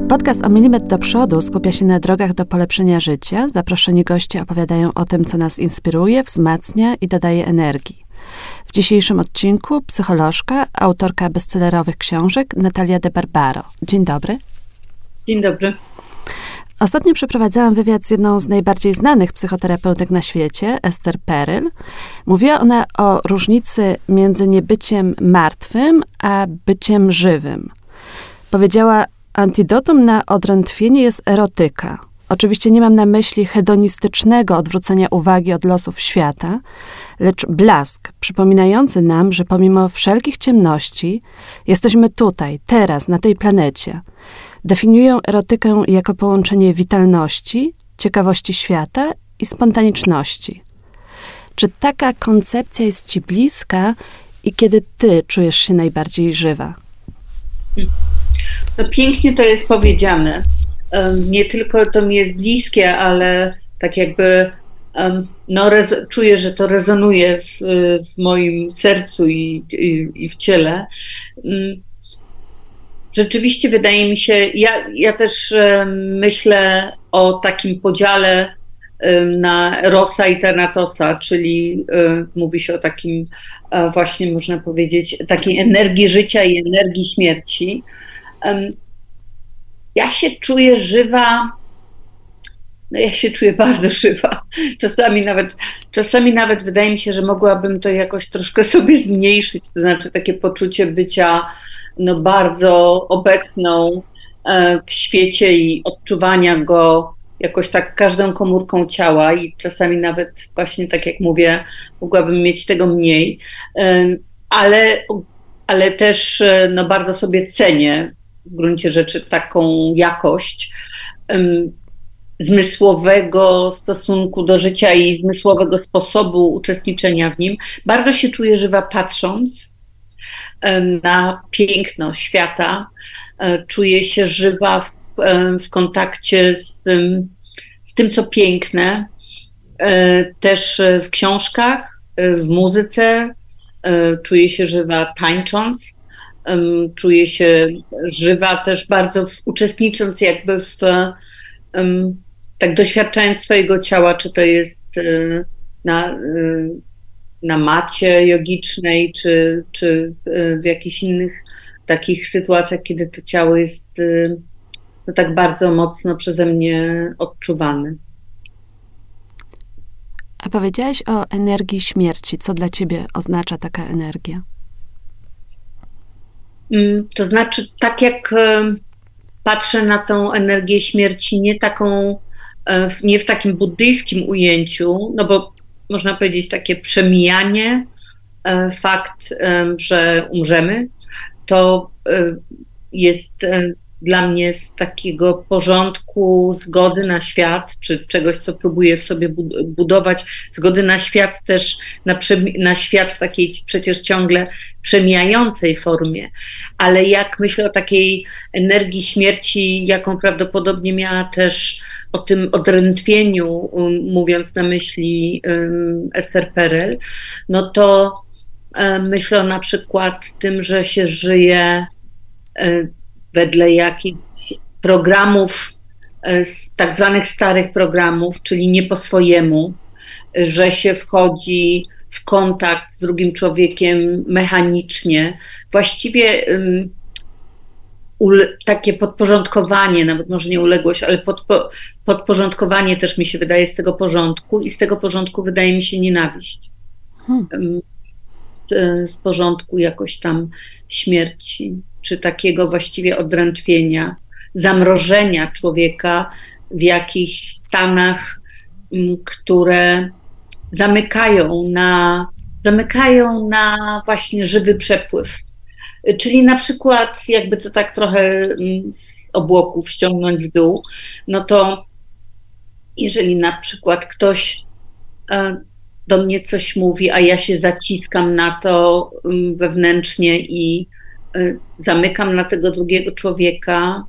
Podcast o milimetr do przodu skupia się na drogach do polepszenia życia. Zaproszeni goście opowiadają o tym, co nas inspiruje, wzmacnia i dodaje energii. W dzisiejszym odcinku psycholożka, autorka bestsellerowych książek Natalia de Barbaro. Dzień dobry. Dzień dobry. Ostatnio przeprowadzałam wywiad z jedną z najbardziej znanych psychoterapeutek na świecie, Esther Perel. Mówiła ona o różnicy między niebyciem martwym, a byciem żywym. Powiedziała, antidotum na odrętwienie jest erotyka. Oczywiście nie mam na myśli hedonistycznego odwrócenia uwagi od losów świata, lecz blask przypominający nam, że pomimo wszelkich ciemności jesteśmy tutaj, teraz, na tej planecie. Definiuję erotykę jako połączenie witalności, ciekawości świata i spontaniczności. Czy taka koncepcja jest ci bliska i kiedy ty czujesz się najbardziej żywa? No pięknie to jest powiedziane. Nie tylko to mi jest bliskie, ale tak jakby czuję, że to rezonuje w moim sercu i w ciele. Rzeczywiście wydaje mi się, ja też myślę o takim podziale na Erosa i Thanatosa, czyli mówi się o takim właśnie, można powiedzieć, takiej energii życia i energii śmierci. Ja się czuję żywa, ja się czuję bardzo żywa. Czasami nawet wydaje mi się, że mogłabym to jakoś troszkę sobie zmniejszyć, to znaczy takie poczucie bycia bardzo obecną w świecie i odczuwania go jakoś tak każdą komórką ciała i czasami nawet właśnie tak jak mówię, mogłabym mieć tego mniej, ale też bardzo sobie cenię w gruncie rzeczy taką jakość zmysłowego stosunku do życia i zmysłowego sposobu uczestniczenia w nim. Bardzo się czuję żywa patrząc na piękno świata. Czuję się żywa w kontakcie z tym, co piękne. Też w książkach, w muzyce. Czuję się żywa tańcząc. Czuję się żywa też bardzo uczestnicząc jakby tak doświadczając swojego ciała, czy to jest na macie jogicznej, czy w jakichś innych takich sytuacjach, kiedy to ciało jest tak bardzo mocno przeze mnie odczuwane. A powiedziałaś o energii śmierci. Co dla ciebie oznacza taka energia? To znaczy, tak jak patrzę na tą energię śmierci, nie w takim buddyjskim ujęciu, no bo można powiedzieć takie przemijanie, fakt, że umrzemy, to jest dla mnie z takiego porządku zgody na świat, czy czegoś, co próbuję w sobie budować, zgody na świat też, na świat w takiej przecież ciągle przemijającej formie. Ale jak myślę o takiej energii śmierci, jaką prawdopodobnie miała też o tym odrętwieniu, mówiąc na myśli Esther Perel, no to myślę na przykład tym, że się żyje wedle jakichś programów, tak zwanych starych programów, czyli nie po swojemu, że się wchodzi w kontakt z drugim człowiekiem mechanicznie. Właściwie takie podporządkowanie, nawet może nie uległość, ale podporządkowanie też mi się wydaje z tego porządku i z tego porządku wydaje mi się nienawiść. Z porządku jakoś tam śmierci, czy takiego właściwie odrętwienia, zamrożenia człowieka w jakichś stanach, które zamykają na właśnie żywy przepływ. Czyli na przykład, jakby to tak trochę z obłoków ściągnąć w dół, no to jeżeli na przykład ktoś do mnie coś mówi, a ja się zaciskam na to wewnętrznie i zamykam na tego drugiego człowieka,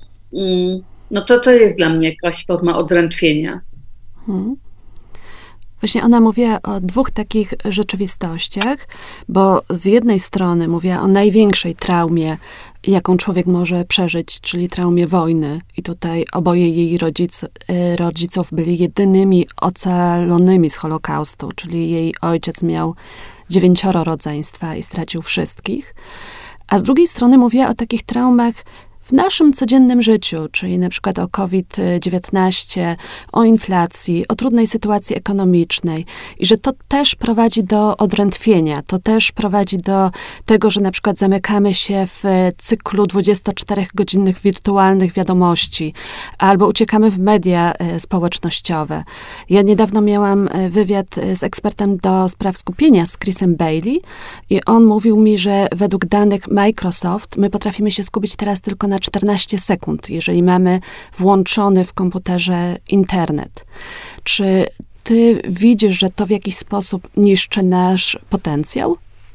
no to jest dla mnie jakaś forma odrętwienia. Właśnie ona mówiła o dwóch takich rzeczywistościach, bo z jednej strony mówiła o największej traumie, jaką człowiek może przeżyć, czyli traumie wojny. I tutaj oboje jej rodziców byli jedynymi ocalonymi z Holokaustu, czyli jej ojciec miał 9 rodzeństwa i stracił wszystkich. A z drugiej strony mówiła o takich traumach w naszym codziennym życiu, czyli na przykład o COVID-19, o inflacji, o trudnej sytuacji ekonomicznej i że to też prowadzi do odrętwienia, to też prowadzi do tego, że na przykład zamykamy się w cyklu 24-godzinnych wirtualnych wiadomości albo uciekamy w media społecznościowe. Ja niedawno miałam wywiad z ekspertem do spraw skupienia, z Chrisem Bailey i on mówił mi, że według danych Microsoft my potrafimy się skupić teraz tylko na 14 sekund, jeżeli mamy włączony w komputerze internet. Czy ty widzisz, że to w jakiś sposób niszczy nasz potencjał?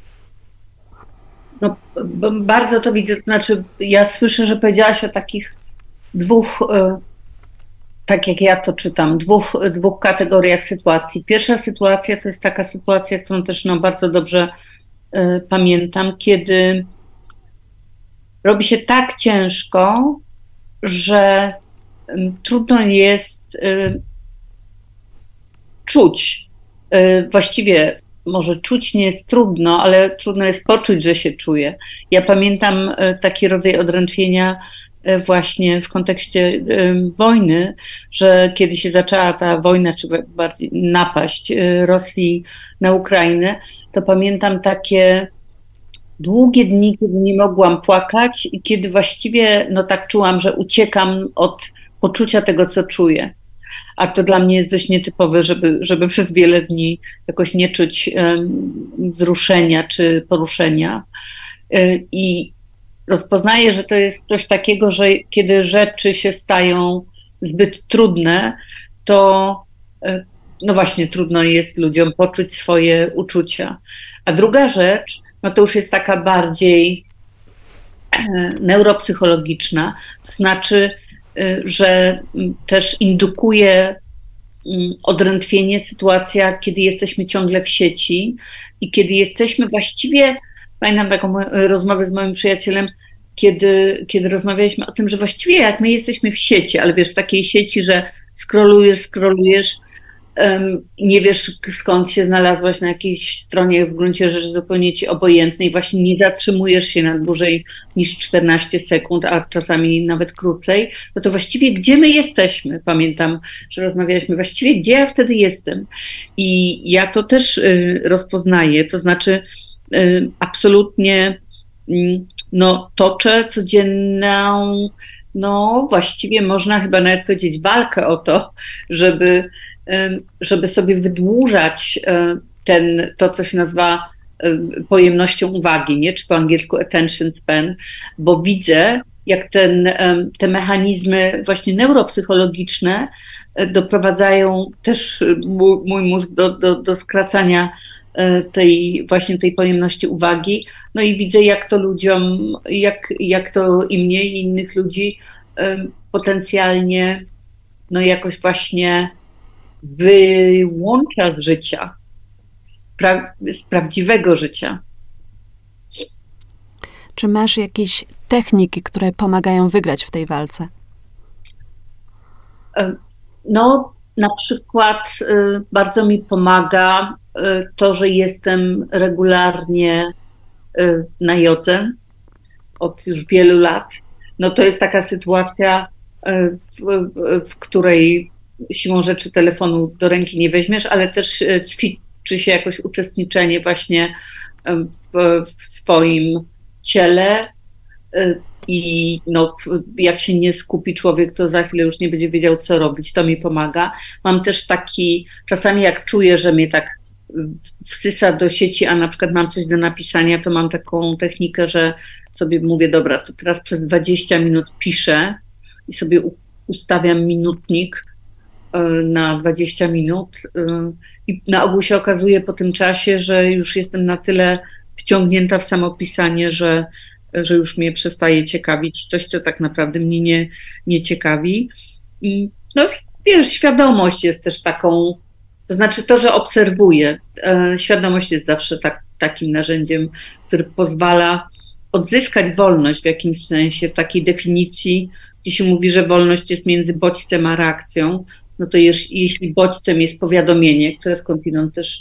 No, bardzo to widzę. Znaczy, ja słyszę, że powiedziałaś o takich dwóch, tak jak ja to czytam, dwóch kategoriach sytuacji. Pierwsza sytuacja to jest taka sytuacja, którą też bardzo dobrze pamiętam, kiedy robi się tak ciężko, że trudno jest czuć. Właściwie może czuć nie jest trudno, ale trudno jest poczuć, że się czuje. Ja pamiętam taki rodzaj odrętwienia właśnie w kontekście wojny, że kiedy się zaczęła ta wojna, czy bardziej napaść Rosji na Ukrainę, to pamiętam takie długie dni, kiedy nie mogłam płakać i kiedy właściwie tak czułam, że uciekam od poczucia tego, co czuję. A to dla mnie jest dość nietypowe, żeby przez wiele dni jakoś nie czuć wzruszenia czy poruszenia. I rozpoznaję, że to jest coś takiego, że kiedy rzeczy się stają zbyt trudne, to właśnie trudno jest ludziom poczuć swoje uczucia. A druga rzecz, to już jest taka bardziej neuropsychologiczna, to znaczy, że też indukuje odrętwienie sytuacja, kiedy jesteśmy ciągle w sieci i kiedy jesteśmy właściwie, pamiętam taką rozmowę z moim przyjacielem, kiedy rozmawialiśmy o tym, że właściwie jak my jesteśmy w sieci, ale wiesz, w takiej sieci, że scrollujesz, nie wiesz skąd się znalazłaś na jakiejś stronie w gruncie rzeczy zupełnie ci obojętnej, właśnie nie zatrzymujesz się na dłużej niż 14 sekund, a czasami nawet krócej, to właściwie gdzie my jesteśmy? Pamiętam, że rozmawialiśmy, właściwie gdzie ja wtedy jestem? I ja to też rozpoznaję, to znaczy absolutnie toczę codzienną, właściwie można chyba nawet powiedzieć walkę o to, żeby sobie wydłużać to, co się nazywa pojemnością uwagi, nie? Czy po angielsku attention span, bo widzę, jak te mechanizmy właśnie neuropsychologiczne doprowadzają też mój mózg do skracania tej pojemności uwagi. No i widzę, jak to ludziom, jak to i mnie, i innych ludzi potencjalnie jakoś właśnie wyłącza z życia, z prawdziwego życia. Czy masz jakieś techniki, które pomagają wygrać w tej walce? Na przykład bardzo mi pomaga to, że jestem regularnie na jodze od już wielu lat. To jest taka sytuacja, w której siłą rzeczy telefonu do ręki nie weźmiesz, ale też ćwiczy się jakoś uczestniczenie właśnie w swoim ciele i jak się nie skupi człowiek, to za chwilę już nie będzie wiedział, co robić. To mi pomaga. Mam też czasami jak czuję, że mnie tak wsysa do sieci, a na przykład mam coś do napisania, to mam taką technikę, że sobie mówię, dobra, to teraz przez 20 minut piszę i sobie ustawiam minutnik na 20 minut i na ogół się okazuje po tym czasie, że już jestem na tyle wciągnięta w samo pisanie, że już mnie przestaje ciekawić coś, co tak naprawdę mnie nie ciekawi. Wiesz, świadomość jest też taką To znaczy to, że obserwuję. Świadomość jest zawsze takim narzędziem, który pozwala odzyskać wolność w jakimś sensie, w takiej definicji, gdzie się mówi, że wolność jest między bodźcem a reakcją, no to jeśli bodźcem jest powiadomienie, które skądinąd też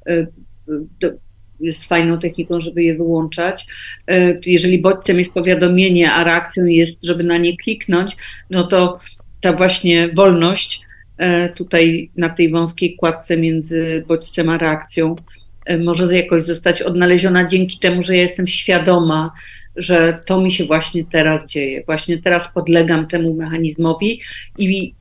jest fajną techniką, żeby je wyłączać. Jeżeli bodźcem jest powiadomienie, a reakcją jest, żeby na nie kliknąć, no to ta właśnie wolność tutaj na tej wąskiej kładce między bodźcem a reakcją może jakoś zostać odnaleziona dzięki temu, że ja jestem świadoma, że to mi się właśnie teraz dzieje. Właśnie teraz podlegam temu mechanizmowi i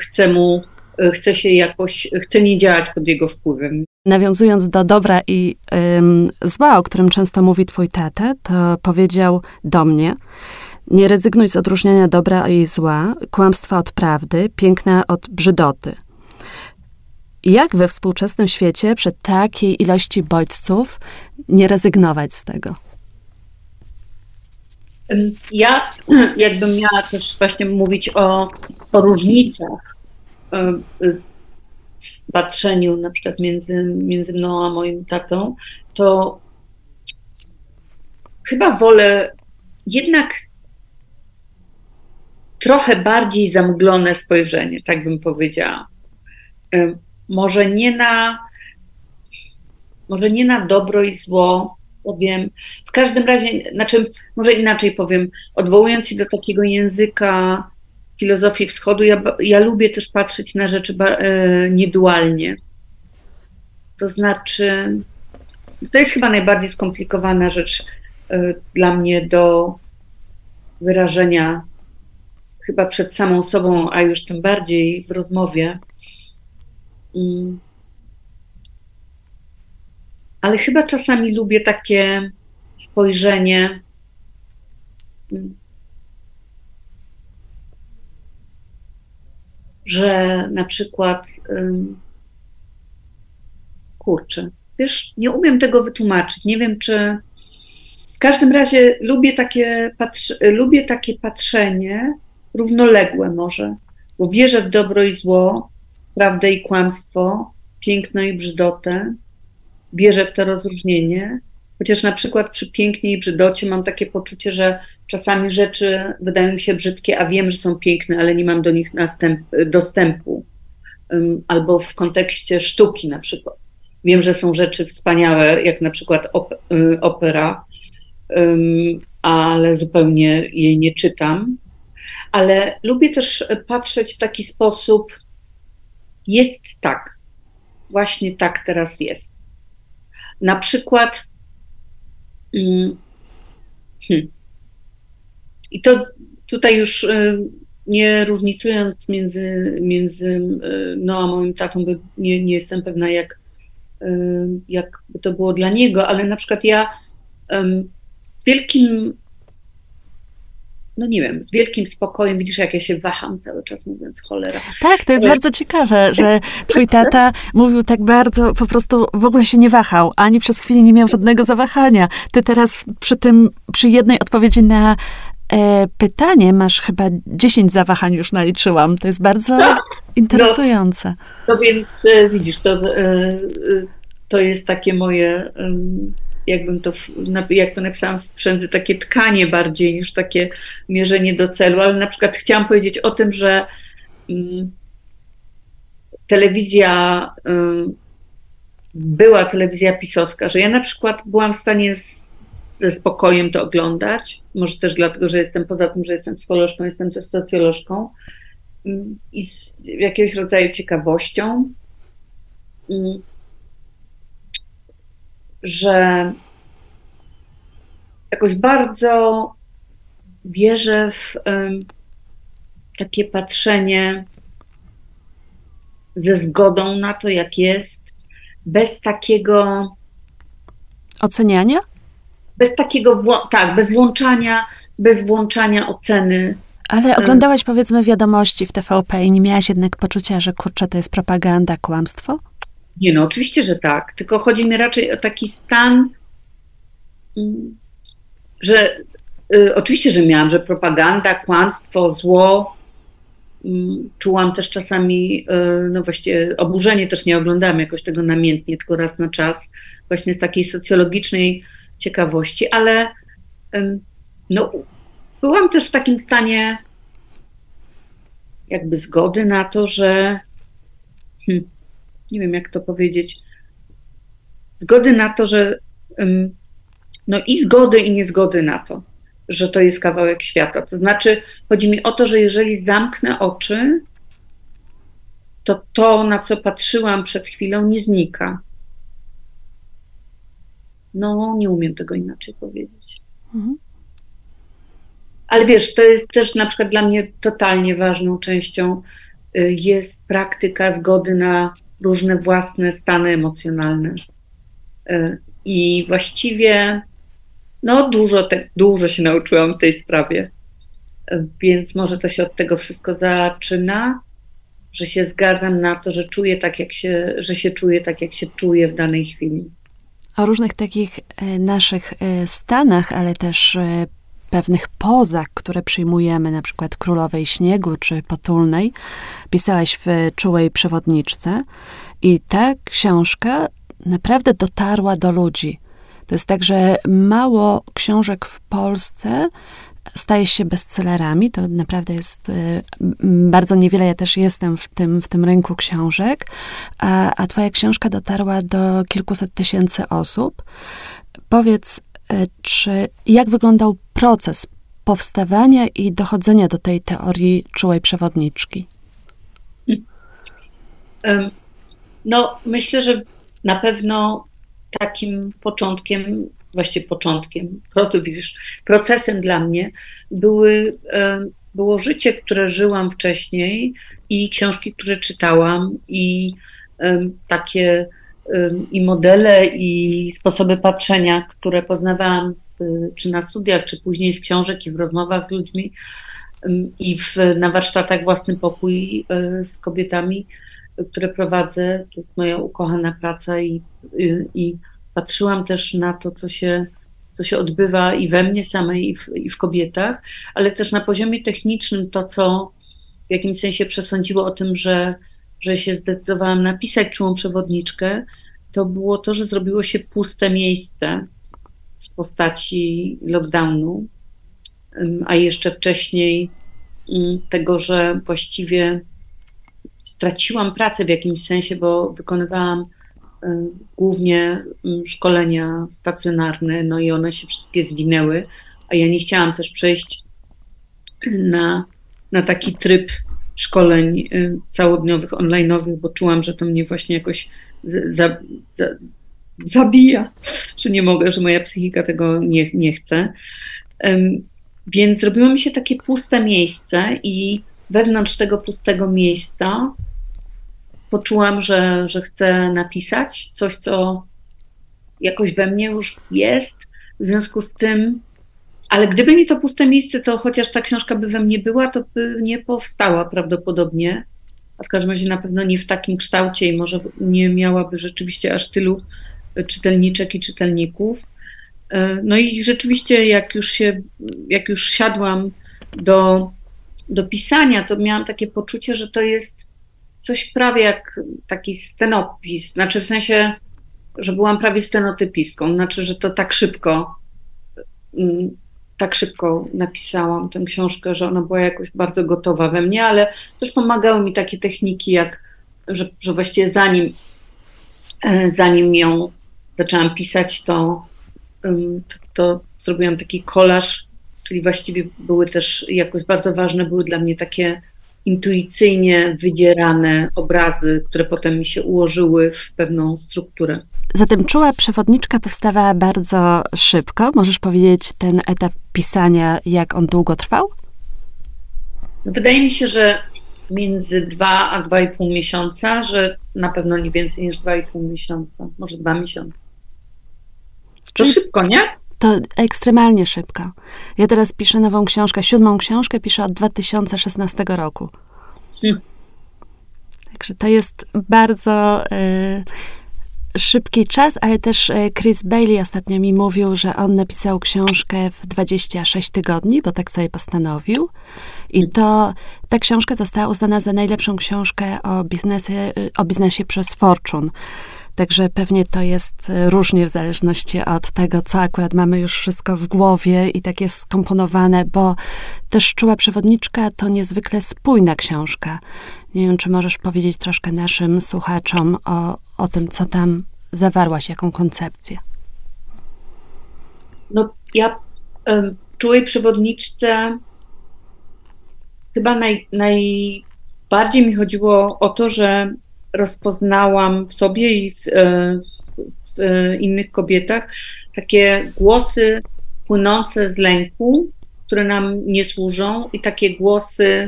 chcę nie działać pod jego wpływem. Nawiązując do dobra i zła, o którym często mówi twój tata, to powiedział do mnie: nie rezygnuj z odróżniania dobra i zła, kłamstwa od prawdy, piękna od brzydoty. Jak we współczesnym świecie przy takiej ilości bodźców nie rezygnować z tego? Ja jakbym miała też właśnie mówić o różnicach w patrzeniu na przykład między mną a moim tatą, to chyba wolę jednak trochę bardziej zamglone spojrzenie, tak bym powiedziała. Może nie na dobro i zło, powiem. W każdym razie, może inaczej powiem, odwołując się do takiego języka filozofii wschodu, ja lubię też patrzeć na rzeczy niedualnie. To znaczy, to jest chyba najbardziej skomplikowana rzecz dla mnie do wyrażenia chyba przed samą sobą, a już tym bardziej w rozmowie. Ale chyba czasami lubię takie spojrzenie, że na przykład, kurczę, wiesz, nie umiem tego wytłumaczyć. Nie wiem, czy w każdym razie lubię takie patrzenie równoległe może, bo wierzę w dobro i zło, prawdę i kłamstwo, piękno i brzydotę. Wierzę w to rozróżnienie, chociaż na przykład przy pięknie i brzydocie mam takie poczucie, że czasami rzeczy wydają mi się brzydkie, a wiem, że są piękne, ale nie mam do nich dostępu. Albo w kontekście sztuki na przykład. Wiem, że są rzeczy wspaniałe, jak na przykład opera, ale zupełnie jej nie czytam. Ale lubię też patrzeć w taki sposób, jest tak, właśnie tak teraz jest. Na przykład i to tutaj już nie różnicując między mną a moim tatą, bo nie jestem pewna jak by to było dla niego, ale na przykład ja z wielkim z wielkim spokojem, widzisz jak ja się waham cały czas mówiąc cholera. Tak, to jest bardzo ciekawe, że twój tata mówił tak bardzo, po prostu w ogóle się nie wahał, ani przez chwilę nie miał żadnego zawahania. Ty teraz przy jednej odpowiedzi na pytanie masz chyba 10 zawahań już naliczyłam. To jest bardzo interesujące. No więc widzisz, to jest takie moje... jak to napisałam w przędzy, takie tkanie bardziej niż takie mierzenie do celu, ale na przykład chciałam powiedzieć o tym, że była telewizja pisowska, że ja na przykład byłam w stanie ze spokojem to oglądać, może też dlatego, że poza tym, że jestem psycholożką, jestem też socjolożką i z jakiegoś rodzaju ciekawością, że jakoś bardzo wierzę w takie patrzenie ze zgodą na to, jak jest, bez takiego... Oceniania? Bez takiego, bez włączania oceny. Ale oglądałaś, powiedzmy, wiadomości w TVP i nie miałaś jednak poczucia, że kurczę, to jest propaganda, kłamstwo? Nie, no oczywiście, że tak. Tylko chodzi mi raczej o taki stan, że oczywiście, że miałam, że propaganda, kłamstwo, zło, czułam też czasami, no właściwie oburzenie, też nie oglądałam jakoś tego namiętnie, tylko raz na czas, właśnie z takiej socjologicznej ciekawości, ale no, byłam też w takim stanie jakby zgody na to, że nie wiem jak to powiedzieć, zgody na to, że no i zgody i niezgody na to, że to jest kawałek świata. To znaczy, chodzi mi o to, że jeżeli zamknę oczy, to to, na co patrzyłam przed chwilą, nie znika. No, nie umiem tego inaczej powiedzieć. Mhm. Ale wiesz, to jest też na przykład dla mnie totalnie ważną częścią jest praktyka zgody na różne własne stany emocjonalne. I właściwie no dużo się nauczyłam w tej sprawie, więc może to się od tego wszystko zaczyna, że się zgadzam na to, że czuję tak, że się czuję tak, jak się czuję w danej chwili. O różnych takich naszych stanach, ale też pewnych pozach, które przyjmujemy, na przykład Królowej Śniegu czy Potulnej, pisałaś w Czułej Przewodniczce i ta książka naprawdę dotarła do ludzi. To jest tak, że mało książek w Polsce staje się bestsellerami. To naprawdę jest bardzo niewiele. Ja też jestem w tym rynku książek, a twoja książka dotarła do kilkuset tysięcy osób. Powiedz, jak wyglądał proces powstawania i dochodzenia do tej teorii Czułej Przewodniczki? No, myślę, że na pewno takim procesem dla mnie było życie, które żyłam wcześniej i książki, które czytałam i takie i modele i sposoby patrzenia, które poznawałam czy na studiach, czy później z książek i w rozmowach z ludźmi i na warsztatach Własny Pokój z kobietami, które prowadzę. To jest moja ukochana praca i patrzyłam też na to, co się odbywa i we mnie samej, i w kobietach, ale też na poziomie technicznym to, co w jakimś sensie przesądziło o tym, że się zdecydowałam napisać Czułą Przewodniczkę, to było to, że zrobiło się puste miejsce w postaci lockdownu, a jeszcze wcześniej tego, że właściwie straciłam pracę w jakimś sensie, bo wykonywałam głównie szkolenia stacjonarne, no i one się wszystkie zwinęły, a ja nie chciałam też przejść na taki tryb szkoleń całodniowych, online'owych, bo czułam, że to mnie właśnie jakoś zabija, że nie mogę, że moja psychika tego nie chce. Więc zrobiło mi się takie puste miejsce i wewnątrz tego pustego miejsca poczułam, że chcę napisać coś, co jakoś we mnie już jest, w związku z tym, ale gdyby nie to puste miejsce, to chociaż ta książka by we mnie była, to by nie powstała prawdopodobnie, a w każdym razie na pewno nie w takim kształcie i może nie miałaby rzeczywiście aż tylu czytelniczek i czytelników. No i rzeczywiście jak już siadłam do pisania, to miałam takie poczucie, że to jest coś prawie jak taki scenopis, znaczy w sensie, że byłam prawie stenotypistką, znaczy, że to tak szybko napisałam tę książkę, że ona była jakoś bardzo gotowa we mnie, ale też pomagały mi takie techniki, jak, że właściwie zanim ją zaczęłam pisać, to zrobiłam taki kolaż, czyli właściwie były też jakoś bardzo ważne, były dla mnie takie intuicyjnie wydzierane obrazy, które potem mi się ułożyły w pewną strukturę. Zatem Czuła Przewodniczka powstawała bardzo szybko. Możesz powiedzieć ten etap pisania, jak on długo trwał? No, wydaje mi się, że między 2 a 2,5 miesiąca, że na pewno nie więcej niż 2,5 miesiąca, może 2 miesiące. To szybko, nie? To ekstremalnie szybko. Ja teraz piszę nową książkę, 7. książkę, piszę od 2016 roku. Także to jest bardzo szybki czas, ale też Chris Bailey ostatnio mi mówił, że on napisał książkę w 26 tygodni, bo tak sobie postanowił. I ta książka została uznana za najlepszą książkę o biznesie przez Fortune. Także pewnie to jest różnie w zależności od tego, co akurat mamy już wszystko w głowie i tak jest skomponowane, bo też Czuła przewodniczka to niezwykle spójna książka. Nie wiem, czy możesz powiedzieć troszkę naszym słuchaczom o tym, co tam zawarłaś, jaką koncepcję. No, ja w Czułej przewodniczce chyba najbardziej mi chodziło o to, że rozpoznałam w sobie i w innych kobietach takie głosy płynące z lęku, które nam nie służą, i takie głosy,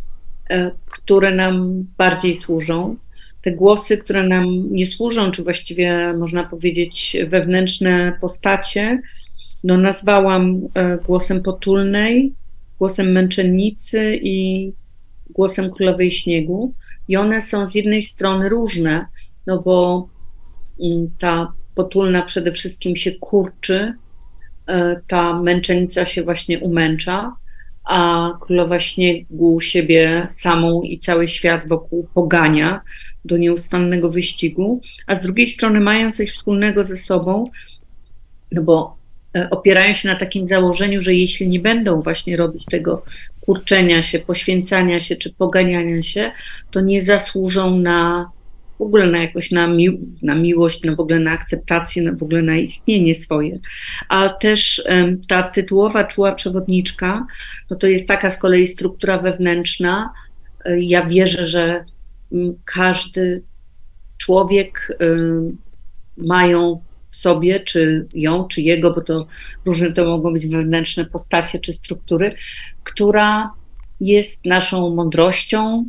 które nam bardziej służą. Te głosy, które nam nie służą, czy właściwie można powiedzieć wewnętrzne postacie, no nazwałam głosem Potulnej, głosem Męczennicy i głosem Królowej Śniegu. I one są z jednej strony różne, no bo ta Potulna przede wszystkim się kurczy, ta Męczennica się właśnie umęcza, a Królowa Śniegu siebie samą i cały świat wokół pogania do nieustannego wyścigu, a z drugiej strony mają coś wspólnego ze sobą, no bo opierają się na takim założeniu, że jeśli nie będą właśnie robić tego kurczenia się, poświęcania się czy poganiania się, to nie zasłużą w ogóle na miłość, w ogóle na akceptację, w ogóle na istnienie swoje. A też ta tytułowa Czuła przewodniczka, no to jest taka z kolei struktura wewnętrzna. Ja wierzę, że każdy człowiek mają w sobie, czy ją, czy jego, bo to różne to mogą być wewnętrzne postacie czy struktury, która jest naszą mądrością,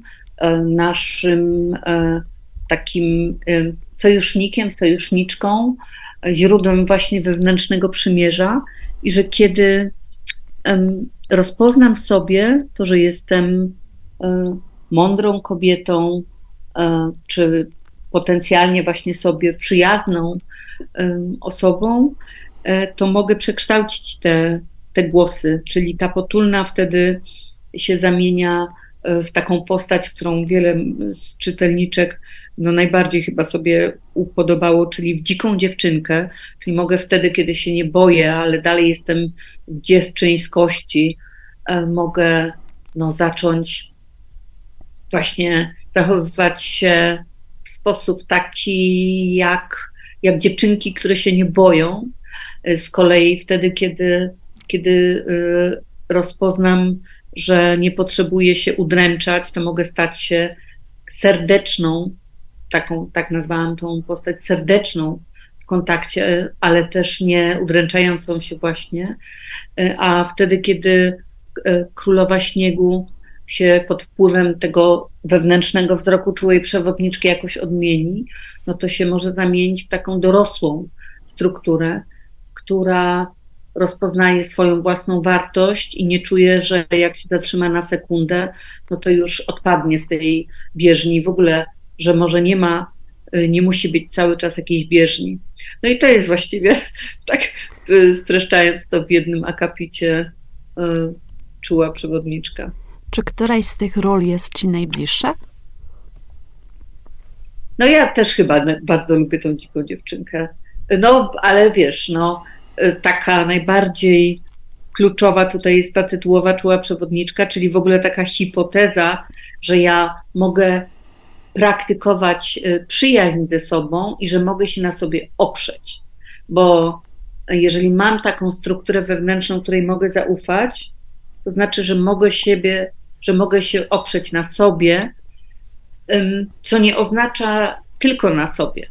naszym takim sojusznikiem, sojuszniczką, źródłem właśnie wewnętrznego przymierza, i że kiedy rozpoznam w sobie to, że jestem mądrą kobietą, czy potencjalnie właśnie sobie przyjazną osobą, to mogę przekształcić te głosy, czyli ta Potulna wtedy się zamienia w taką postać, którą wiele z czytelniczek najbardziej chyba sobie upodobało, czyli w dziką dziewczynkę, czyli mogę wtedy, kiedy się nie boję, ale dalej jestem w dziewczyńskości, mogę zacząć właśnie zachowywać się w sposób taki jak dziewczynki, które się nie boją. Z kolei wtedy, kiedy rozpoznam, że nie potrzebuję się udręczać, to mogę stać się serdeczną, tak nazwałam tą postać, serdeczną w kontakcie, ale też nie udręczającą się właśnie. A wtedy, kiedy Królowa Śniegu się pod wpływem tego wewnętrznego wzroku Czułej przewodniczki jakoś odmieni, no to się może zamienić w taką dorosłą strukturę, która rozpoznaje swoją własną wartość i nie czuje, że jak się zatrzyma na sekundę, no to już odpadnie z tej bieżni. W ogóle, że może nie musi być cały czas jakiejś bieżni. No i to jest właściwie, tak streszczając to w jednym akapicie, Czuła przewodniczka. Czy któraś z tych ról jest ci najbliższa? No ja też chyba bardzo lubię tą dziką dziewczynkę. No, ale wiesz, taka najbardziej kluczowa tutaj jest ta tytułowa Czuła przewodniczka, czyli w ogóle taka hipoteza, że ja mogę praktykować przyjaźń ze sobą i że mogę się na sobie oprzeć. Bo jeżeli mam taką strukturę wewnętrzną, której mogę zaufać, to znaczy, że mogę się oprzeć na sobie, co nie oznacza tylko na sobie.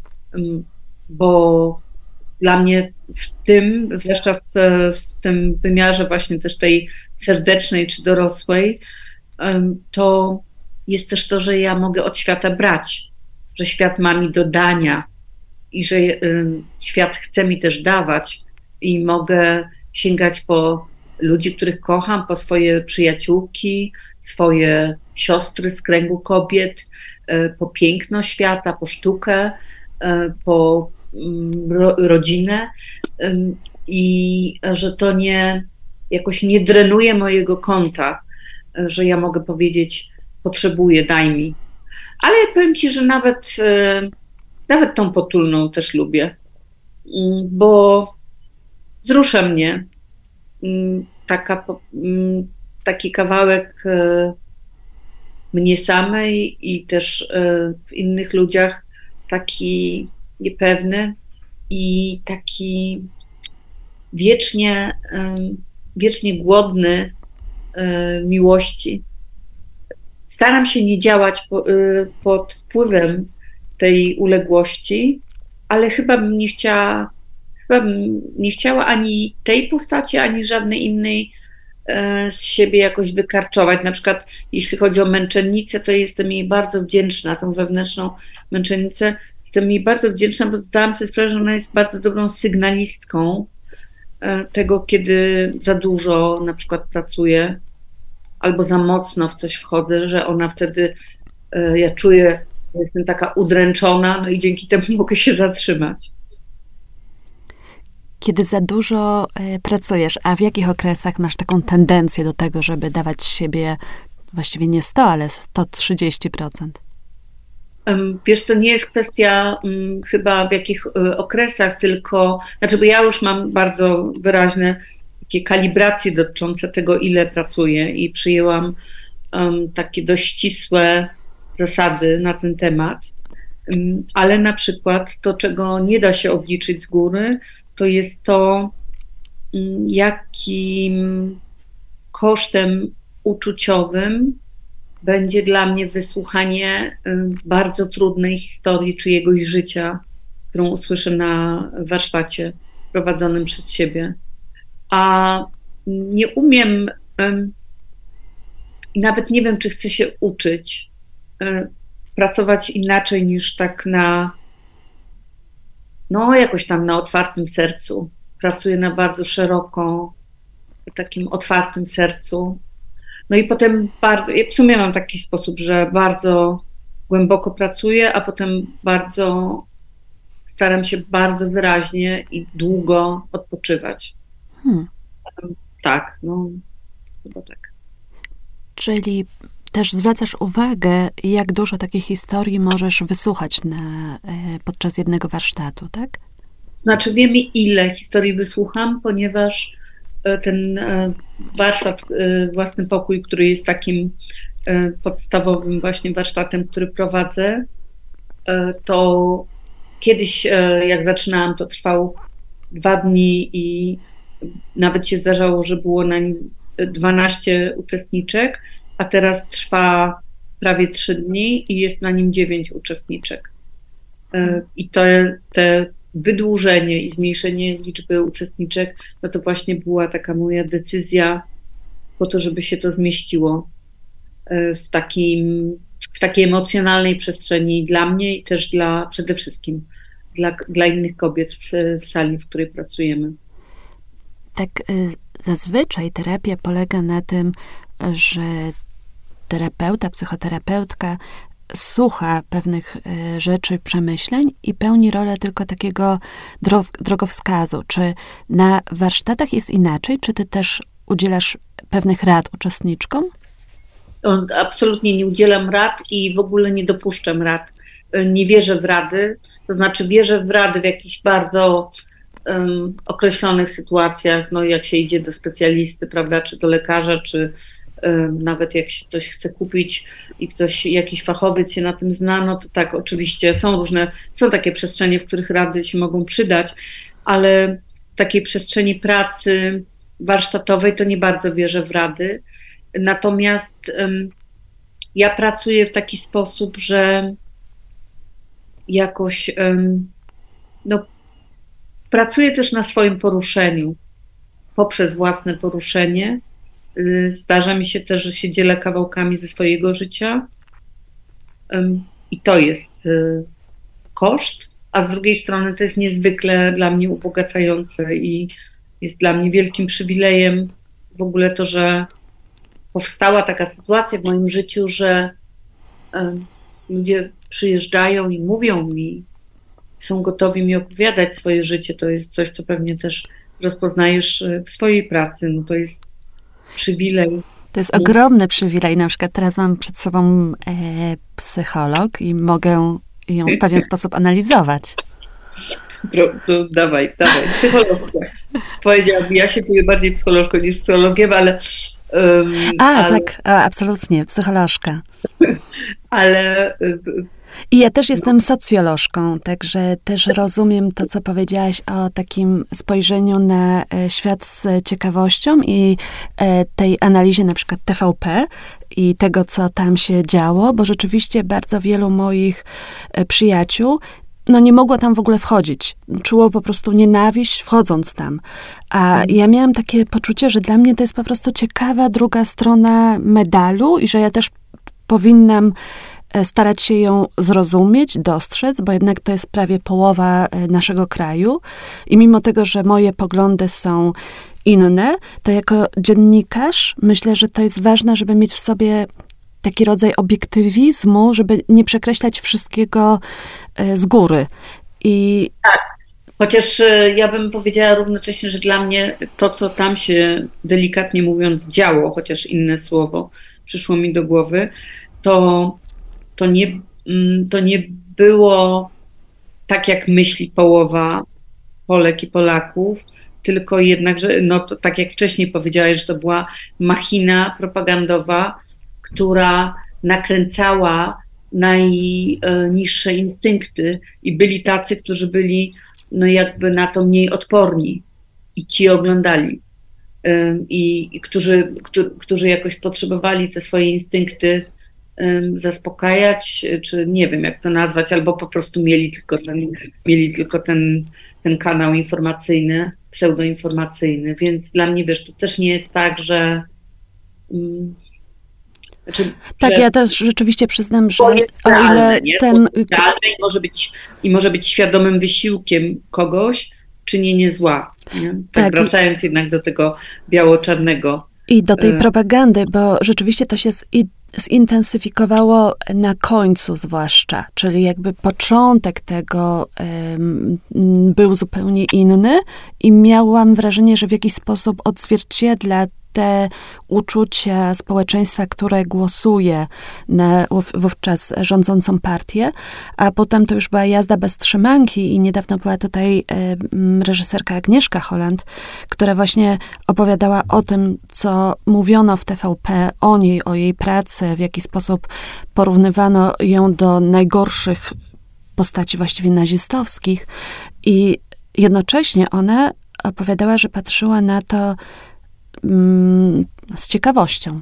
Bo dla mnie w tym, zwłaszcza w tym wymiarze właśnie też tej serdecznej czy dorosłej, to jest też to, że ja mogę od świata brać, że świat ma mi do dania i że świat chce mi też dawać i mogę sięgać po ludzi, których kocham, po swoje przyjaciółki, swoje siostry z kręgu kobiet, po piękno świata, po sztukę, po rodzinę i że to jakoś nie drenuje mojego konta, że ja mogę powiedzieć, potrzebuję, daj mi. Ale powiem Ci, że nawet tą potulną też lubię, bo wzrusza mnie taki kawałek mnie samej i też w innych ludziach, taki niepewny i taki wiecznie głodny miłości. Staram się nie działać pod wpływem tej uległości, ale chyba bym nie chciała ani tej postaci, ani żadnej innej z siebie jakoś wykarczować. Na przykład jeśli chodzi o męczennicę, to jestem jej bardzo wdzięczna, tą wewnętrzną męczennicę. Jestem jej bardzo wdzięczna, bo zdałam sobie sprawę, że ona jest bardzo dobrą sygnalistką tego, kiedy za dużo na przykład pracuję albo za mocno w coś wchodzę, że ona wtedy, ja czuję, że jestem taka udręczona, no i dzięki temu mogę się zatrzymać. Kiedy za dużo pracujesz, a w jakich okresach masz taką tendencję do tego, żeby dawać z siebie właściwie nie 100, ale 130%? Wiesz, to nie jest kwestia chyba w jakich okresach, tylko, bo ja już mam bardzo wyraźne takie kalibracje dotyczące tego, ile pracuję i przyjęłam takie dość ścisłe zasady na ten temat, ale na przykład to, czego nie da się obliczyć z góry, to jest to, jakim kosztem uczuciowym będzie dla mnie wysłuchanie bardzo trudnej historii czyjegoś życia, którą usłyszę na warsztacie prowadzonym przez siebie. A nie umiem, nawet nie wiem, czy chcę się uczyć pracować inaczej niż tak jakoś tam na otwartym sercu. Pracuję na bardzo szeroko, takim otwartym sercu. No i potem w sumie mam taki sposób, że bardzo głęboko pracuję, a potem staram się bardzo wyraźnie i długo odpoczywać. Tak, chyba tak. Czyli też zwracasz uwagę, jak dużo takiej historii możesz wysłuchać podczas jednego warsztatu, tak? Znaczy wiem, ile historii wysłucham, ponieważ ten warsztat Własny Pokój, który jest takim podstawowym właśnie warsztatem, który prowadzę, to kiedyś jak zaczynałam, to trwał 2 dni i nawet się zdarzało, że było na nim 12 uczestniczek, a teraz trwa prawie 3 dni i jest na nim 9 uczestniczek. I te wydłużenie i zmniejszenie liczby uczestniczek, no to właśnie była taka moja decyzja po to, żeby się to zmieściło w takiej emocjonalnej przestrzeni dla mnie i też przede wszystkim dla innych kobiet w sali, w której pracujemy. Tak, zazwyczaj terapia polega na tym, że terapeuta, psychoterapeutka słucha pewnych rzeczy, przemyśleń i pełni rolę tylko takiego drogowskazu. Czy na warsztatach jest inaczej? Czy ty też udzielasz pewnych rad uczestniczkom? Absolutnie nie udzielam rad i w ogóle nie dopuszczam rad. Nie wierzę w rady, to znaczy wierzę w rady w jakichś bardzo określonych sytuacjach, jak się idzie do specjalisty, prawda, czy do lekarza, czy nawet jak się coś chce kupić i jakiś fachowiec się na tym zna, no to tak, oczywiście są takie przestrzenie, w których rady się mogą przydać, ale w takiej przestrzeni pracy warsztatowej to nie bardzo wierzę w rady. Natomiast ja pracuję w taki sposób, że jakoś pracuję też na swoim poruszeniu, poprzez własne poruszenie. Zdarza mi się też, że się dzielę kawałkami ze swojego życia i to jest koszt, a z drugiej strony to jest niezwykle dla mnie ubogacające i jest dla mnie wielkim przywilejem w ogóle to, że powstała taka sytuacja w moim życiu, że ludzie przyjeżdżają i mówią mi, są gotowi mi opowiadać swoje życie. To jest coś, co pewnie też rozpoznajesz w swojej pracy. No to jest przywilej. To jest ogromny przywilej. Na przykład teraz mam przed sobą psycholog i mogę ją w pewien sposób analizować. Dawaj, psycholożka. Powiedziałabym, ja się czuję bardziej psycholożką niż psychologiem, ale... tak, absolutnie, psycholożka. Ale... I ja też jestem socjolożką, także też rozumiem to, co powiedziałaś o takim spojrzeniu na świat z ciekawością i tej analizie na przykład TVP i tego, co tam się działo, bo rzeczywiście bardzo wielu moich przyjaciół nie mogło tam w ogóle wchodzić. Czuło po prostu nienawiść wchodząc tam. A ja miałam takie poczucie, że dla mnie to jest po prostu ciekawa druga strona medalu i że ja też powinnam starać się ją zrozumieć, dostrzec, bo jednak to jest prawie połowa naszego kraju. I mimo tego, że moje poglądy są inne, to jako dziennikarz myślę, że to jest ważne, żeby mieć w sobie taki rodzaj obiektywizmu, żeby nie przekreślać wszystkiego z góry. Tak, chociaż ja bym powiedziała równocześnie, że dla mnie to, co tam się delikatnie mówiąc działo, chociaż inne słowo przyszło mi do głowy, to nie było tak, jak myśli połowa Polek i Polaków, tylko jednak, że to, tak jak wcześniej powiedziałeś, że to była machina propagandowa, która nakręcała najniższe instynkty i byli tacy, którzy byli jakby na to mniej odporni i ci oglądali. I którzy jakoś potrzebowali te swoje instynkty zaspokajać, czy nie wiem jak to nazwać, albo po prostu mieli tylko ten kanał informacyjny, pseudoinformacyjny, więc dla mnie, wiesz, to też nie jest tak, że tak, ja też rzeczywiście przyznam, że o ile ten... I może być świadomym wysiłkiem kogoś czynienie zła. Nie? Tak, wracając jednak do tego biało-czarnego. I do tej propagandy, bo rzeczywiście to się zintensyfikowało na końcu zwłaszcza, czyli jakby początek tego był zupełnie inny i miałam wrażenie, że w jakiś sposób odzwierciedla te uczucia społeczeństwa, które głosuje na wówczas rządzącą partię, a potem to już była jazda bez trzymanki i niedawno była tutaj reżyserka Agnieszka Holland, która właśnie opowiadała o tym, co mówiono w TVP o niej, o jej pracy, w jaki sposób porównywano ją do najgorszych postaci właściwie nazistowskich i jednocześnie ona opowiadała, że patrzyła na to z ciekawością.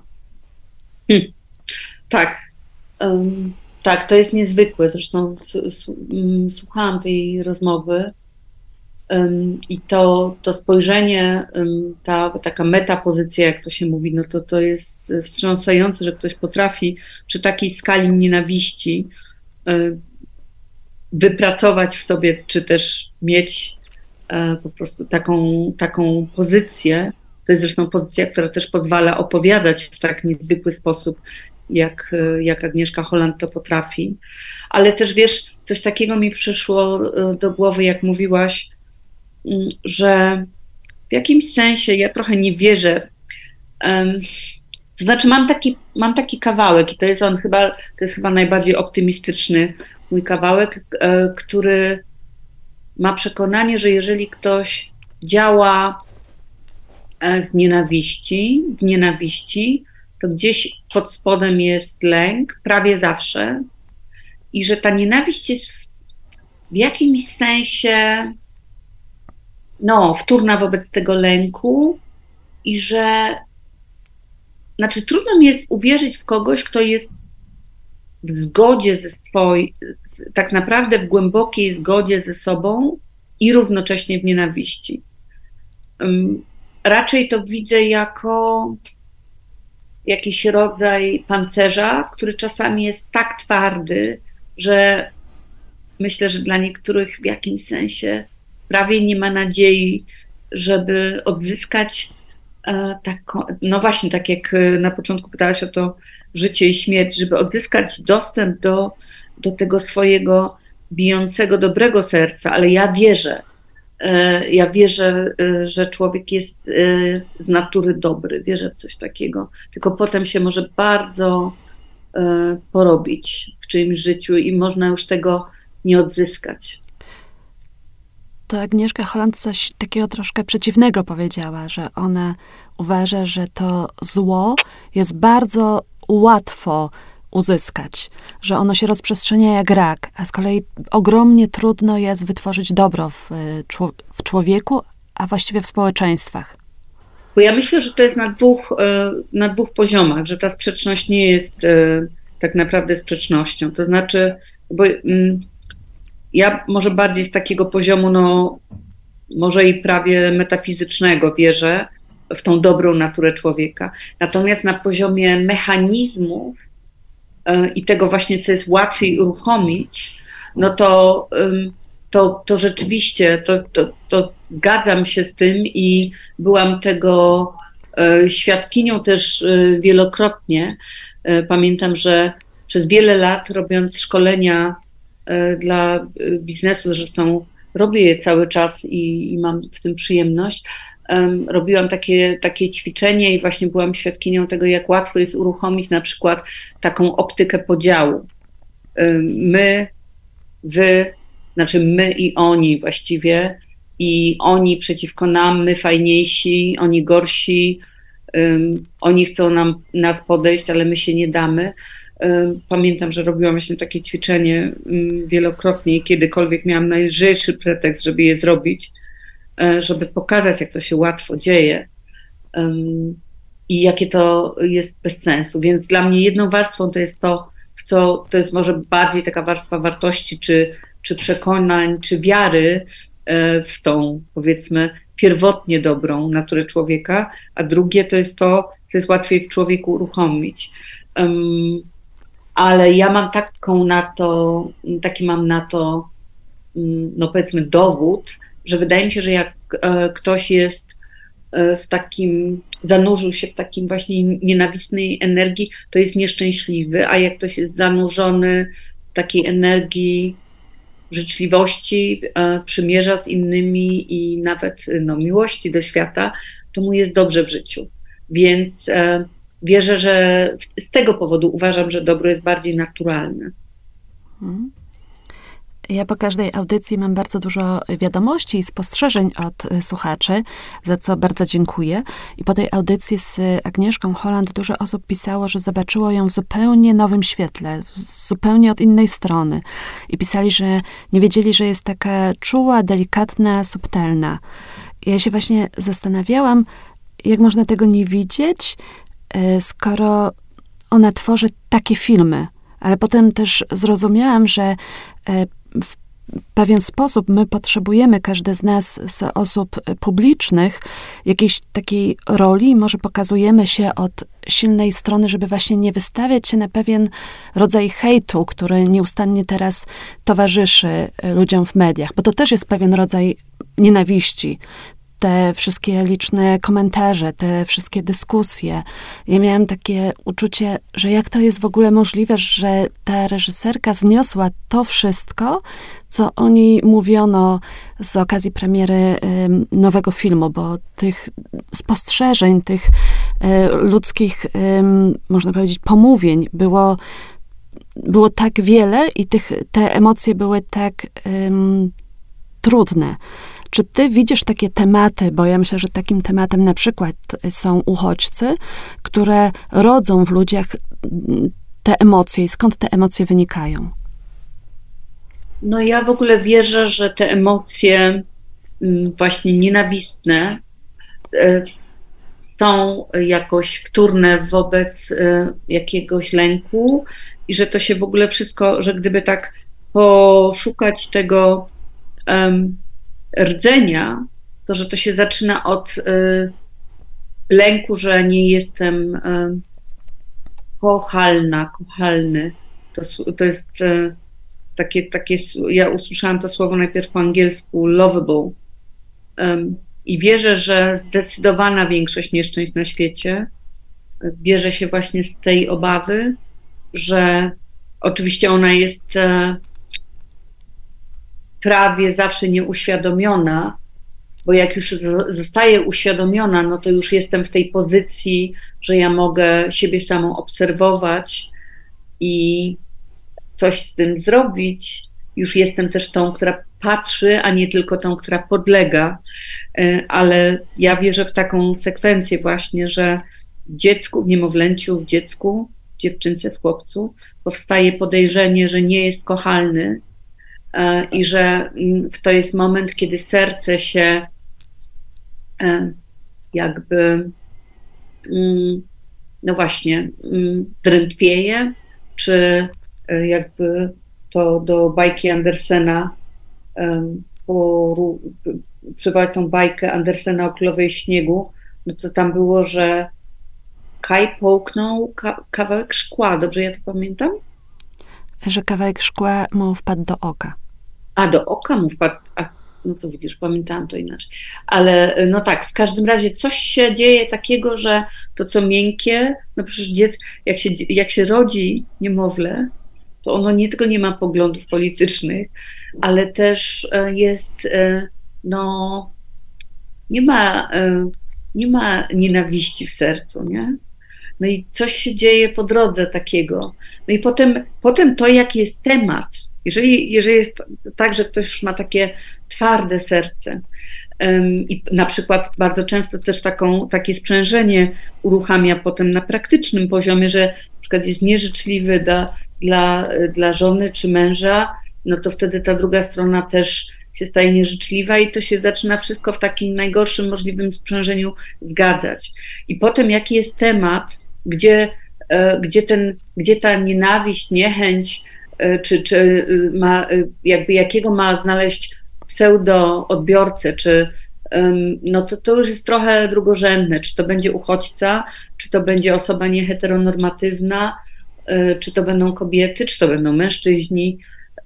Tak. Tak, to jest niezwykłe. Zresztą słuchałam tej rozmowy i to spojrzenie, taka metapozycja, jak to się mówi, to jest wstrząsające, że ktoś potrafi przy takiej skali nienawiści wypracować w sobie, czy też mieć po prostu taką pozycję. To jest zresztą pozycja, która też pozwala opowiadać w tak niezwykły sposób, jak Agnieszka Holland to potrafi. Ale też wiesz, coś takiego mi przyszło do głowy, jak mówiłaś, że w jakimś sensie ja trochę nie wierzę. To znaczy mam taki kawałek i to jest chyba najbardziej optymistyczny mój kawałek, który ma przekonanie, że jeżeli ktoś działa w nienawiści, to gdzieś pod spodem jest lęk, prawie zawsze, i że ta nienawiść jest w jakimś sensie wtórna wobec tego lęku i że trudno mi jest uwierzyć w kogoś, kto jest w zgodzie tak naprawdę w głębokiej zgodzie ze sobą i równocześnie w nienawiści. Raczej to widzę jako jakiś rodzaj pancerza, który czasami jest tak twardy, że myślę, że dla niektórych w jakimś sensie prawie nie ma nadziei, żeby odzyskać właśnie tak jak na początku pytałaś o to życie i śmierć, żeby odzyskać dostęp do tego swojego bijącego, dobrego serca, ale ja wierzę, że człowiek jest z natury dobry, wierzę w coś takiego, tylko potem się może bardzo porobić w czyimś życiu i można już tego nie odzyskać. To Agnieszka Holland coś takiego troszkę przeciwnego powiedziała, że ona uważa, że to zło jest bardzo łatwo uzyskać, że ono się rozprzestrzenia jak rak, a z kolei ogromnie trudno jest wytworzyć dobro w człowieku, a właściwie w społeczeństwach. Bo ja myślę, że to jest na dwóch poziomach, że ta sprzeczność nie jest tak naprawdę sprzecznością. To znaczy, bo ja może bardziej z takiego poziomu, no może i prawie metafizycznego wierzę w tą dobrą naturę człowieka. Natomiast na poziomie mechanizmów i tego właśnie, co jest łatwiej uruchomić, no to rzeczywiście, to zgadzam się z tym i byłam tego świadkinią też wielokrotnie. Pamiętam, że przez wiele lat robiąc szkolenia dla biznesu, zresztą robię je cały czas i mam w tym przyjemność, robiłam takie ćwiczenie i właśnie byłam świadkinią tego, jak łatwo jest uruchomić na przykład taką optykę podziału. My, wy, znaczy my i oni właściwie, i oni przeciwko nam, my fajniejsi, oni gorsi, oni chcą nas podejść, ale my się nie damy. Pamiętam, że robiłam właśnie takie ćwiczenie wielokrotnie i kiedykolwiek miałam najlżejszy pretekst, żeby je zrobić, żeby pokazać, jak to się łatwo dzieje i jakie to jest bez sensu. Więc dla mnie jedną warstwą to jest to jest może bardziej taka warstwa wartości, czy przekonań, czy wiary w tą, powiedzmy, pierwotnie dobrą naturę człowieka, a drugie to jest to, co jest łatwiej w człowieku uruchomić. Ale ja mam taki mam na to, no powiedzmy, dowód, że wydaje mi się, że jak ktoś jest zanurzył się w takim właśnie nienawistnej energii, to jest nieszczęśliwy, a jak ktoś jest zanurzony w takiej energii życzliwości, przymierza z innymi i nawet miłości do świata, to mu jest dobrze w życiu. Więc wierzę, że z tego powodu uważam, że dobro jest bardziej naturalne. Ja po każdej audycji mam bardzo dużo wiadomości i spostrzeżeń od słuchaczy, za co bardzo dziękuję. I po tej audycji z Agnieszką Holland dużo osób pisało, że zobaczyło ją w zupełnie nowym świetle, zupełnie od innej strony. I pisali, że nie wiedzieli, że jest taka czuła, delikatna, subtelna. I ja się właśnie zastanawiałam, jak można tego nie widzieć, skoro ona tworzy takie filmy. Ale potem też zrozumiałam, że w pewien sposób my potrzebujemy, każdy z nas, z osób publicznych, jakiejś takiej roli, może pokazujemy się od silnej strony, żeby właśnie nie wystawiać się na pewien rodzaj hejtu, który nieustannie teraz towarzyszy ludziom w mediach, bo to też jest pewien rodzaj nienawiści. Te wszystkie liczne komentarze, te wszystkie dyskusje. Ja miałam takie uczucie, że jak to jest w ogóle możliwe, że ta reżyserka zniosła to wszystko, co o niej mówiono z okazji premiery nowego filmu, bo tych spostrzeżeń, tych ludzkich, można powiedzieć, pomówień było tak wiele i te emocje były tak trudne. Czy ty widzisz takie tematy, bo ja myślę, że takim tematem na przykład są uchodźcy, które rodzą w ludziach te emocje i skąd te emocje wynikają? No ja w ogóle wierzę, że te emocje właśnie nienawistne są jakoś wtórne wobec jakiegoś lęku i że to się w ogóle wszystko, że gdyby tak poszukać tego rdzenia, to że to się zaczyna od lęku, że nie jestem kochalny. To jest takie, ja usłyszałam to słowo najpierw po angielsku, lovable. I wierzę, że zdecydowana większość nieszczęść na świecie bierze się właśnie z tej obawy, że oczywiście ona jest prawie zawsze nieuświadomiona, bo jak już zostaję uświadomiona, no to już jestem w tej pozycji, że ja mogę siebie samą obserwować i coś z tym zrobić. Już jestem też tą, która patrzy, a nie tylko tą, która podlega. Ale ja wierzę w taką sekwencję właśnie, że w dziecku, w niemowlęciu, w dziecku, w dziewczynce, w chłopcu powstaje podejrzenie, że nie jest kochalny i że to jest moment, kiedy serce się jakby no właśnie drętwieje, czy jakby to do bajki Andersena przywołać tą bajkę Andersena o Królowej Śniegu, no to tam było, że Kaj połknął kawałek szkła, dobrze ja to pamiętam? Że kawałek szkła mu wpadł do oka. A, do oka mu wpadł, no to widzisz, pamiętałam to inaczej. Ale no tak, w każdym razie coś się dzieje takiego, że to co miękkie, no przecież jak się rodzi niemowlę, to ono nie tylko nie ma poglądów politycznych, ale też jest, no, nie ma nienawiści w sercu, nie? No i coś się dzieje po drodze takiego. No i potem to, jaki jest temat, jeżeli jest tak, że ktoś już ma takie twarde serce i na przykład bardzo często też takie sprzężenie uruchamia potem na praktycznym poziomie, że na przykład jest nieżyczliwy dla żony czy męża, no to wtedy ta druga strona też się staje nieżyczliwa i to się zaczyna wszystko w takim najgorszym możliwym sprzężeniu zgadzać. I potem jaki jest temat, gdzie ta nienawiść, niechęć, czy jakiego ma znaleźć pseudo-odbiorcę, czy no to już jest trochę drugorzędne, czy to będzie uchodźca, czy to będzie osoba nieheteronormatywna, czy to będą kobiety, czy to będą mężczyźni.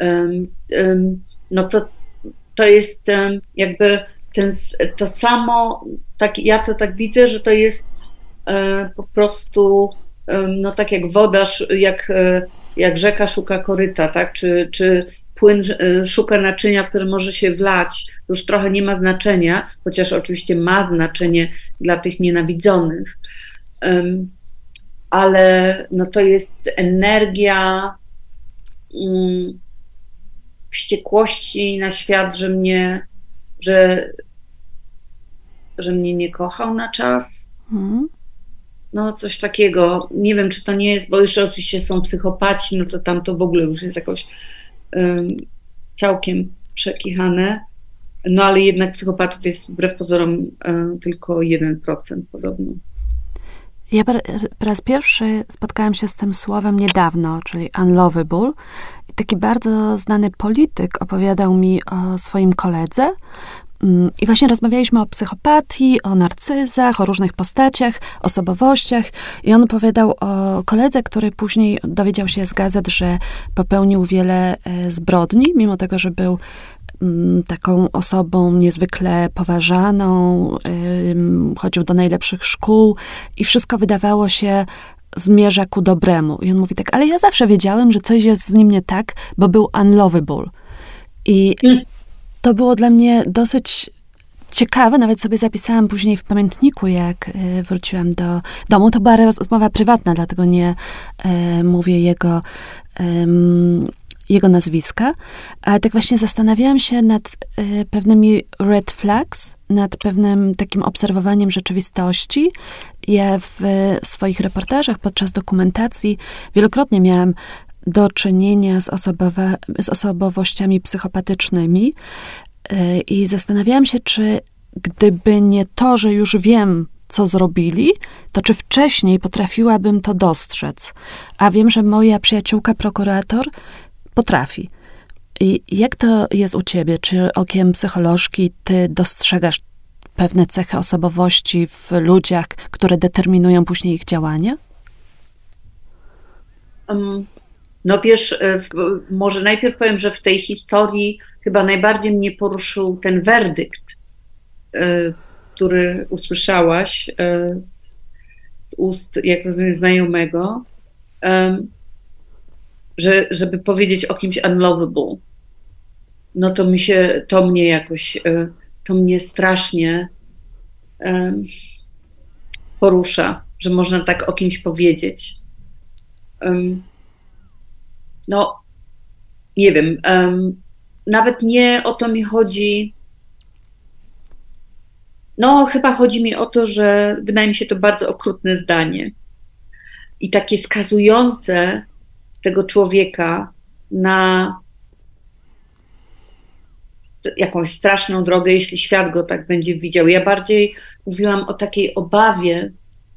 No to jest jakby to samo, tak, ja to tak widzę, że to jest po prostu no tak jak woda, jak rzeka szuka koryta, tak? Czy płyn szuka naczynia, w którym może się wlać, już trochę nie ma znaczenia, chociaż oczywiście ma znaczenie dla tych nienawidzonych. Ale no to jest energia wściekłości na świat, że mnie nie kochał na czas. No coś takiego. Nie wiem, czy to nie jest, bo jeszcze oczywiście są psychopaci, no to tam to w ogóle już jest jakoś całkiem przekichane. No ale jednak psychopatów jest wbrew pozorom tylko 1% podobno. Ja po raz pierwszy spotkałam się z tym słowem niedawno, czyli unlovable. I taki bardzo znany polityk opowiadał mi o swoim koledze. I właśnie rozmawialiśmy o psychopatii, o narcyzach, o różnych postaciach, osobowościach. I on opowiadał o koledze, który później dowiedział się z gazet, że popełnił wiele zbrodni, mimo tego, że był taką osobą niezwykle poważaną, chodził do najlepszych szkół i wszystko wydawało się zmierza ku dobremu. I on mówi tak, ale ja zawsze wiedziałem, że coś jest z nim nie tak, bo był unlovable. I to było dla mnie dosyć ciekawe, nawet sobie zapisałam później w pamiętniku, jak wróciłam do domu. To była rozmowa prywatna, dlatego nie mówię jego nazwiska, ale tak właśnie zastanawiałam się nad pewnymi red flags, nad pewnym takim obserwowaniem rzeczywistości. Ja w swoich reportażach podczas dokumentacji wielokrotnie miałam do czynienia z osobowościami psychopatycznymi i zastanawiałam się, czy gdyby nie to, że już wiem, co zrobili, to czy wcześniej potrafiłabym to dostrzec. A wiem, że moja przyjaciółka prokurator potrafi. I jak to jest u ciebie? Czy okiem psycholożki ty dostrzegasz pewne cechy osobowości w ludziach, które determinują później ich działania? No wiesz, może najpierw powiem, że w tej historii chyba najbardziej mnie poruszył ten werdykt, który usłyszałaś z ust, jak rozumiem, znajomego, żeby powiedzieć o kimś unlovable. no to mnie strasznie porusza, że można tak o kimś powiedzieć. No, nie wiem, nawet nie o to mi chodzi. No, chyba chodzi mi o to, że wydaje mi się to bardzo okrutne zdanie i takie skazujące tego człowieka na jakąś straszną drogę, jeśli świat go tak będzie widział. Ja bardziej mówiłam o takiej obawie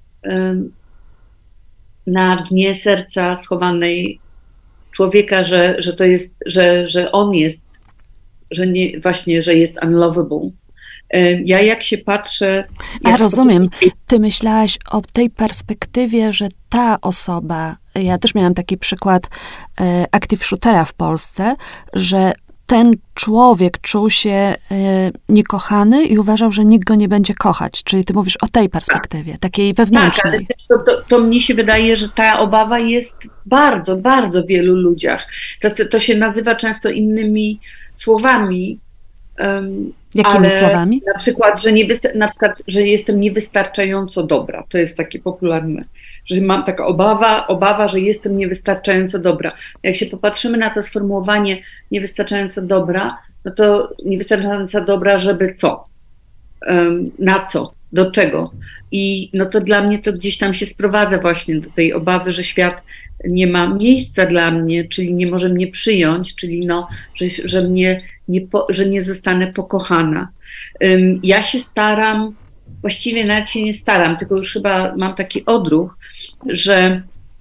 na dnie serca schowanej człowieka, że to jest, że on jest, że nie, właśnie, że jest unlovable. Ja jak się patrzę... Rozumiem. Ty myślałaś o tej perspektywie, że ta osoba, ja też miałam taki przykład active shootera w Polsce, że ten człowiek czuł się niekochany i uważał, że nikt go nie będzie kochać. Czyli ty mówisz o tej perspektywie, takiej wewnętrznej. Tak, ale to mnie się wydaje, że ta obawa jest w bardzo, bardzo wielu ludziach. To się nazywa często innymi słowami. Jakimi słowami? Na przykład, że jestem niewystarczająco dobra. To jest takie popularne, że mam taka obawa, że jestem niewystarczająco dobra. Jak się popatrzymy na to sformułowanie niewystarczająco dobra, no to niewystarczająco dobra, żeby co? Na co? Do czego? I no to dla mnie to gdzieś tam się sprowadza właśnie do tej obawy, że świat nie ma miejsca dla mnie, czyli nie może mnie przyjąć, czyli no, że nie zostanę pokochana. Ja się staram, właściwie nawet się nie staram, tylko już chyba mam taki odruch, że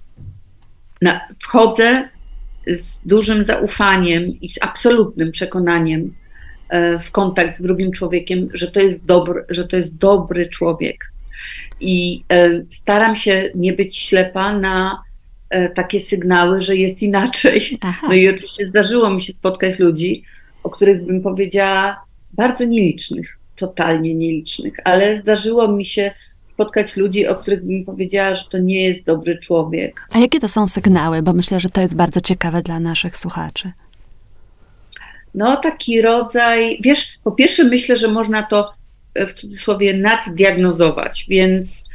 wchodzę z dużym zaufaniem i z absolutnym przekonaniem w kontakt z drugim człowiekiem, że to jest dobry człowiek. I staram się nie być ślepa na takie sygnały, że jest inaczej. Aha. No i oczywiście zdarzyło mi się spotkać ludzi, o których bym powiedziała bardzo nielicznych, totalnie nielicznych, ale zdarzyło mi się spotkać ludzi, o których bym powiedziała, że to nie jest dobry człowiek. A jakie to są sygnały? Bo myślę, że to jest bardzo ciekawe dla naszych słuchaczy. No taki rodzaj, wiesz, po pierwsze myślę, że można to w cudzysłowie naddiagnozować, więc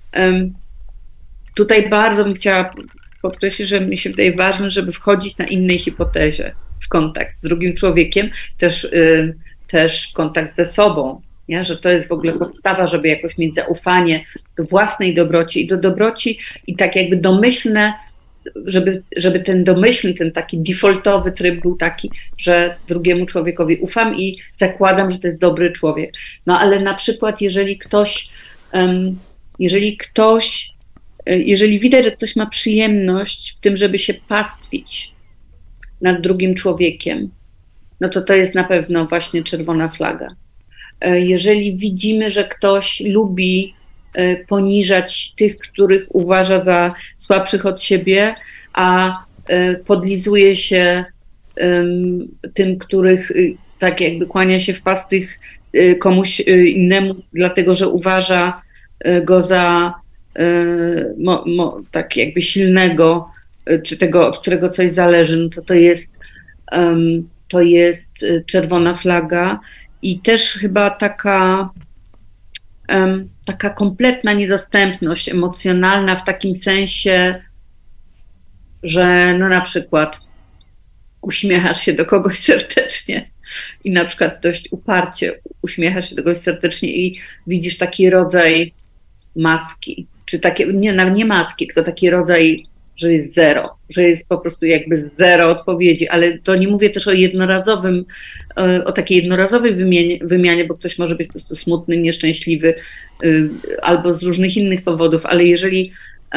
tutaj bardzo bym chciała podkreślić, że mi się wydaje ważne, żeby wchodzić na innej hipotezie w kontakt z drugim człowiekiem, też w kontakt ze sobą, nie? Że to jest w ogóle podstawa, żeby jakoś mieć zaufanie do własnej dobroci i do dobroci i tak jakby domyślne, żeby ten domyślny, ten taki defaultowy tryb był taki, że drugiemu człowiekowi ufam i zakładam, że to jest dobry człowiek. No ale na przykład jeżeli widać, że ktoś ma przyjemność w tym, żeby się pastwić nad drugim człowiekiem, no to jest na pewno właśnie czerwona flaga. Jeżeli widzimy, że ktoś lubi poniżać tych, których uważa za słabszych od siebie, a podlizuje się tym, których tak jakby kłania się w pas tych komuś innemu, dlatego że uważa go za tak jakby silnego, czy tego, od którego coś zależy, no to jest czerwona flaga i też chyba taka kompletna niedostępność emocjonalna w takim sensie, że no na przykład uśmiechasz się do kogoś serdecznie i na przykład dość uparcie uśmiechasz się do kogoś serdecznie i widzisz taki rodzaj maski, czy takie, nawet nie maski, tylko taki rodzaj, że jest zero, że jest po prostu jakby zero odpowiedzi, ale to nie mówię też o takiej jednorazowej wymianie, bo ktoś może być po prostu smutny, nieszczęśliwy albo z różnych innych powodów, ale jeżeli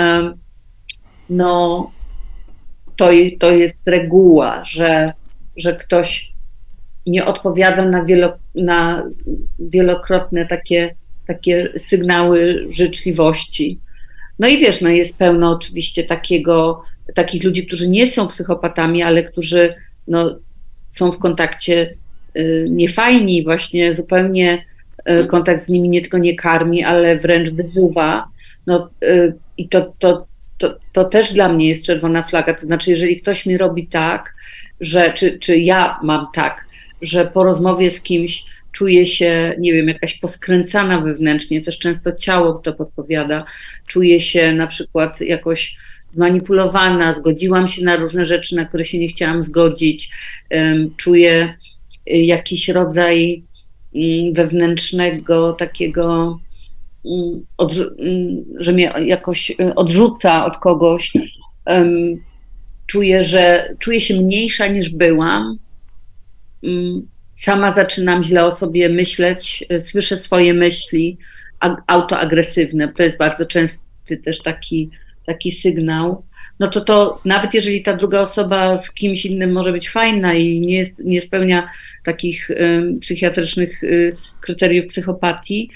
no to jest reguła, że ktoś nie odpowiada na wielokrotne takie sygnały życzliwości. No i wiesz, no jest pełno oczywiście takich ludzi, którzy nie są psychopatami, ale którzy no, są w kontakcie niefajni, właśnie zupełnie kontakt z nimi nie tylko nie karmi, ale wręcz wyzuwa. No, i to też dla mnie jest czerwona flaga. To znaczy, jeżeli ktoś mi robi tak, czy ja mam tak, że po rozmowie z kimś czuję się, nie wiem, jakaś poskręcana wewnętrznie, też często ciało to podpowiada, czuję się na przykład jakoś zmanipulowana, zgodziłam się na różne rzeczy, na które się nie chciałam zgodzić, czuję jakiś rodzaj wewnętrznego takiego, że mnie jakoś odrzuca od kogoś. Czuję się mniejsza niż byłam. Sama zaczynam źle o sobie myśleć, słyszę swoje myśli autoagresywne. To jest bardzo częsty też taki sygnał. No to nawet jeżeli ta druga osoba z kimś innym może być fajna i nie spełnia takich psychiatrycznych kryteriów psychopatii,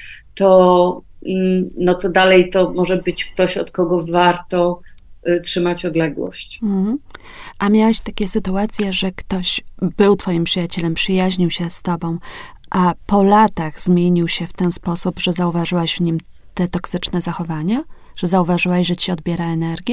no to dalej to może być ktoś, od kogo warto trzymać odległość. A miałaś takie sytuacje, że ktoś był twoim przyjacielem, przyjaźnił się z tobą, a po latach zmienił się w ten sposób, że zauważyłaś w nim te toksyczne zachowania? Że zauważyłaś, że ci odbiera energię?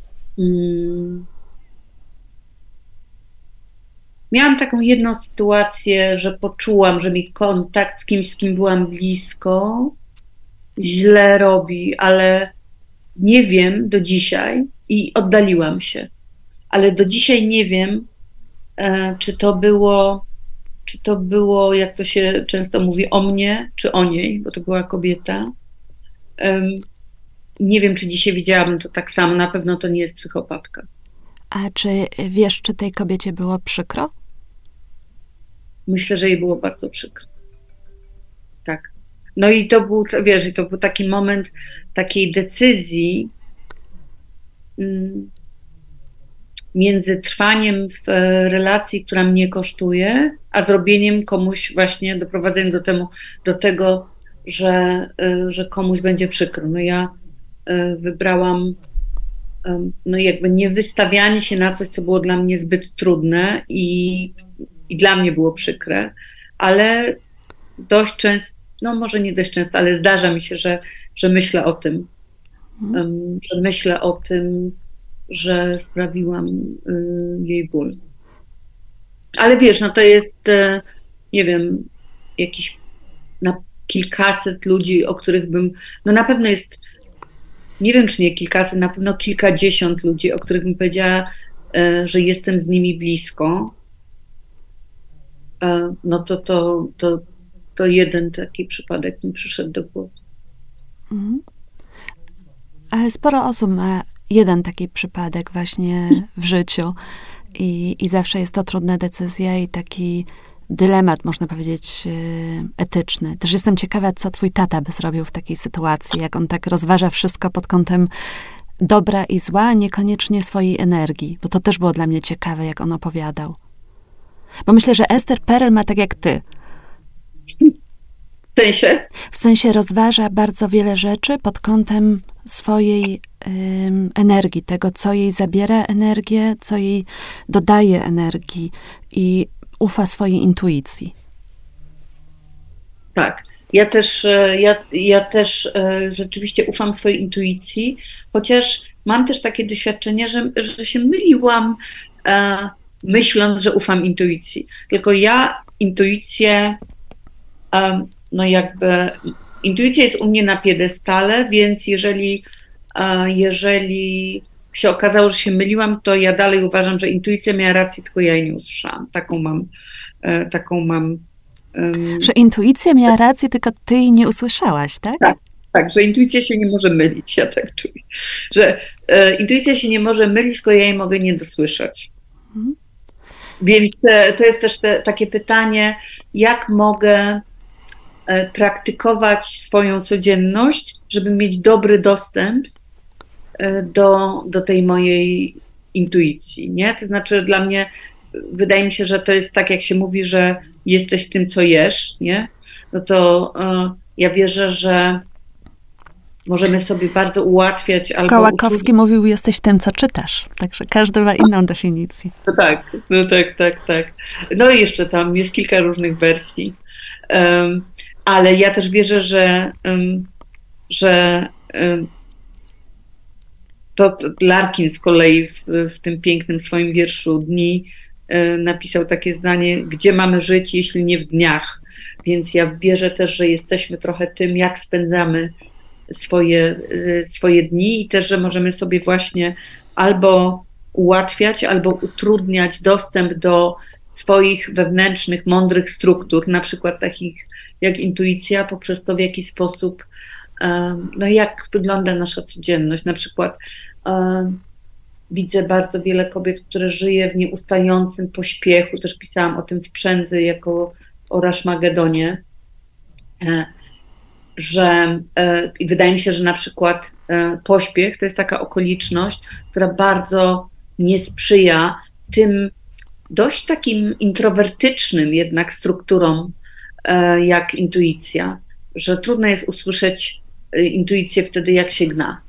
Miałam taką jedną sytuację, że poczułam, że mi kontakt z kimś, z kim byłam blisko, źle robi, ale nie wiem do dzisiaj i oddaliłam się. Ale do dzisiaj nie wiem, czy to było, jak to się często mówi, o mnie, czy o niej, bo to była kobieta. Nie wiem, czy dzisiaj widziałabym to tak samo. Na pewno to nie jest psychopatka. A czy wiesz, czy tej kobiecie było przykro? Myślę, że jej było bardzo przykro. Tak. No i to był taki moment takiej decyzji między trwaniem w relacji, która mnie kosztuje, a zrobieniem komuś właśnie, doprowadzeniem do tego, że komuś będzie przykro. No ja wybrałam no jakby nie wystawianie się na coś, co było dla mnie zbyt trudne i dla mnie było przykre, ale dość często, no może nie dość często, ale zdarza mi się, że myślę o tym, że sprawiłam jej ból. Ale wiesz, no to jest, nie wiem, jakiś kilkaset ludzi, o których no na pewno jest, nie wiem czy nie kilkaset, na pewno kilkadziesiąt ludzi, o których bym powiedziała, że jestem z nimi blisko. No to jeden taki przypadek mi przyszedł do głowy. Ale sporo osób ma jeden taki przypadek właśnie w życiu i zawsze jest to trudna decyzja i taki dylemat, można powiedzieć, etyczny. Też jestem ciekawa, co twój tata by zrobił w takiej sytuacji, jak on tak rozważa wszystko pod kątem dobra i zła, niekoniecznie swojej energii, bo to też było dla mnie ciekawe, jak on opowiadał. Bo myślę, że Esther Perel ma tak jak ty. W sensie? W sensie rozważa bardzo wiele rzeczy pod kątem swojej energii, tego, co jej zabiera energię, co jej dodaje energii i ufa swojej intuicji. Tak. Ja też rzeczywiście ufam swojej intuicji, chociaż mam też takie doświadczenie, że się myliłam, myśląc, że ufam intuicji. Tylko ja intuicję, no jakby intuicja jest u mnie na piedestale, więc jeżeli się okazało, że się myliłam, to ja dalej uważam, że intuicja miała rację, tylko ja jej nie usłyszałam. Taką mam. Że intuicja miała rację, tylko ty jej nie usłyszałaś, tak? Tak, że intuicja się nie może mylić, ja tak czuję. Że intuicja się nie może mylić, tylko ja jej mogę nie dosłyszeć. Więc to jest też takie pytanie, jak mogę praktykować swoją codzienność, żeby mieć dobry dostęp do tej mojej intuicji, nie? To znaczy dla mnie, wydaje mi się, że to jest tak, jak się mówi, że jesteś tym, co jesz, nie? No to ja wierzę, że możemy sobie bardzo ułatwiać albo... Kołakowski mówił, jesteś tym, co czytasz. Także każdy ma inną definicję. Tak. No i jeszcze tam jest kilka różnych wersji. Ale ja też wierzę, że to Larkin z kolei w tym pięknym swoim wierszu Dni napisał takie zdanie, gdzie mamy żyć, jeśli nie w dniach. Więc ja wierzę też, że jesteśmy trochę tym, jak spędzamy swoje dni i też, że możemy sobie właśnie albo ułatwiać, albo utrudniać dostęp do swoich wewnętrznych, mądrych struktur, na przykład takich jak intuicja, poprzez to, w jaki sposób, no jak wygląda nasza codzienność. Na przykład widzę bardzo wiele kobiet, które żyje w nieustającym pośpiechu, też pisałam o tym w Przędzy jako o Rashmagedonie, że wydaje mi się, że na przykład pośpiech to jest taka okoliczność, która bardzo nie sprzyja tym dość takim introwertycznym jednak strukturom jak intuicja, że trudno jest usłyszeć intuicję wtedy, jak się gna.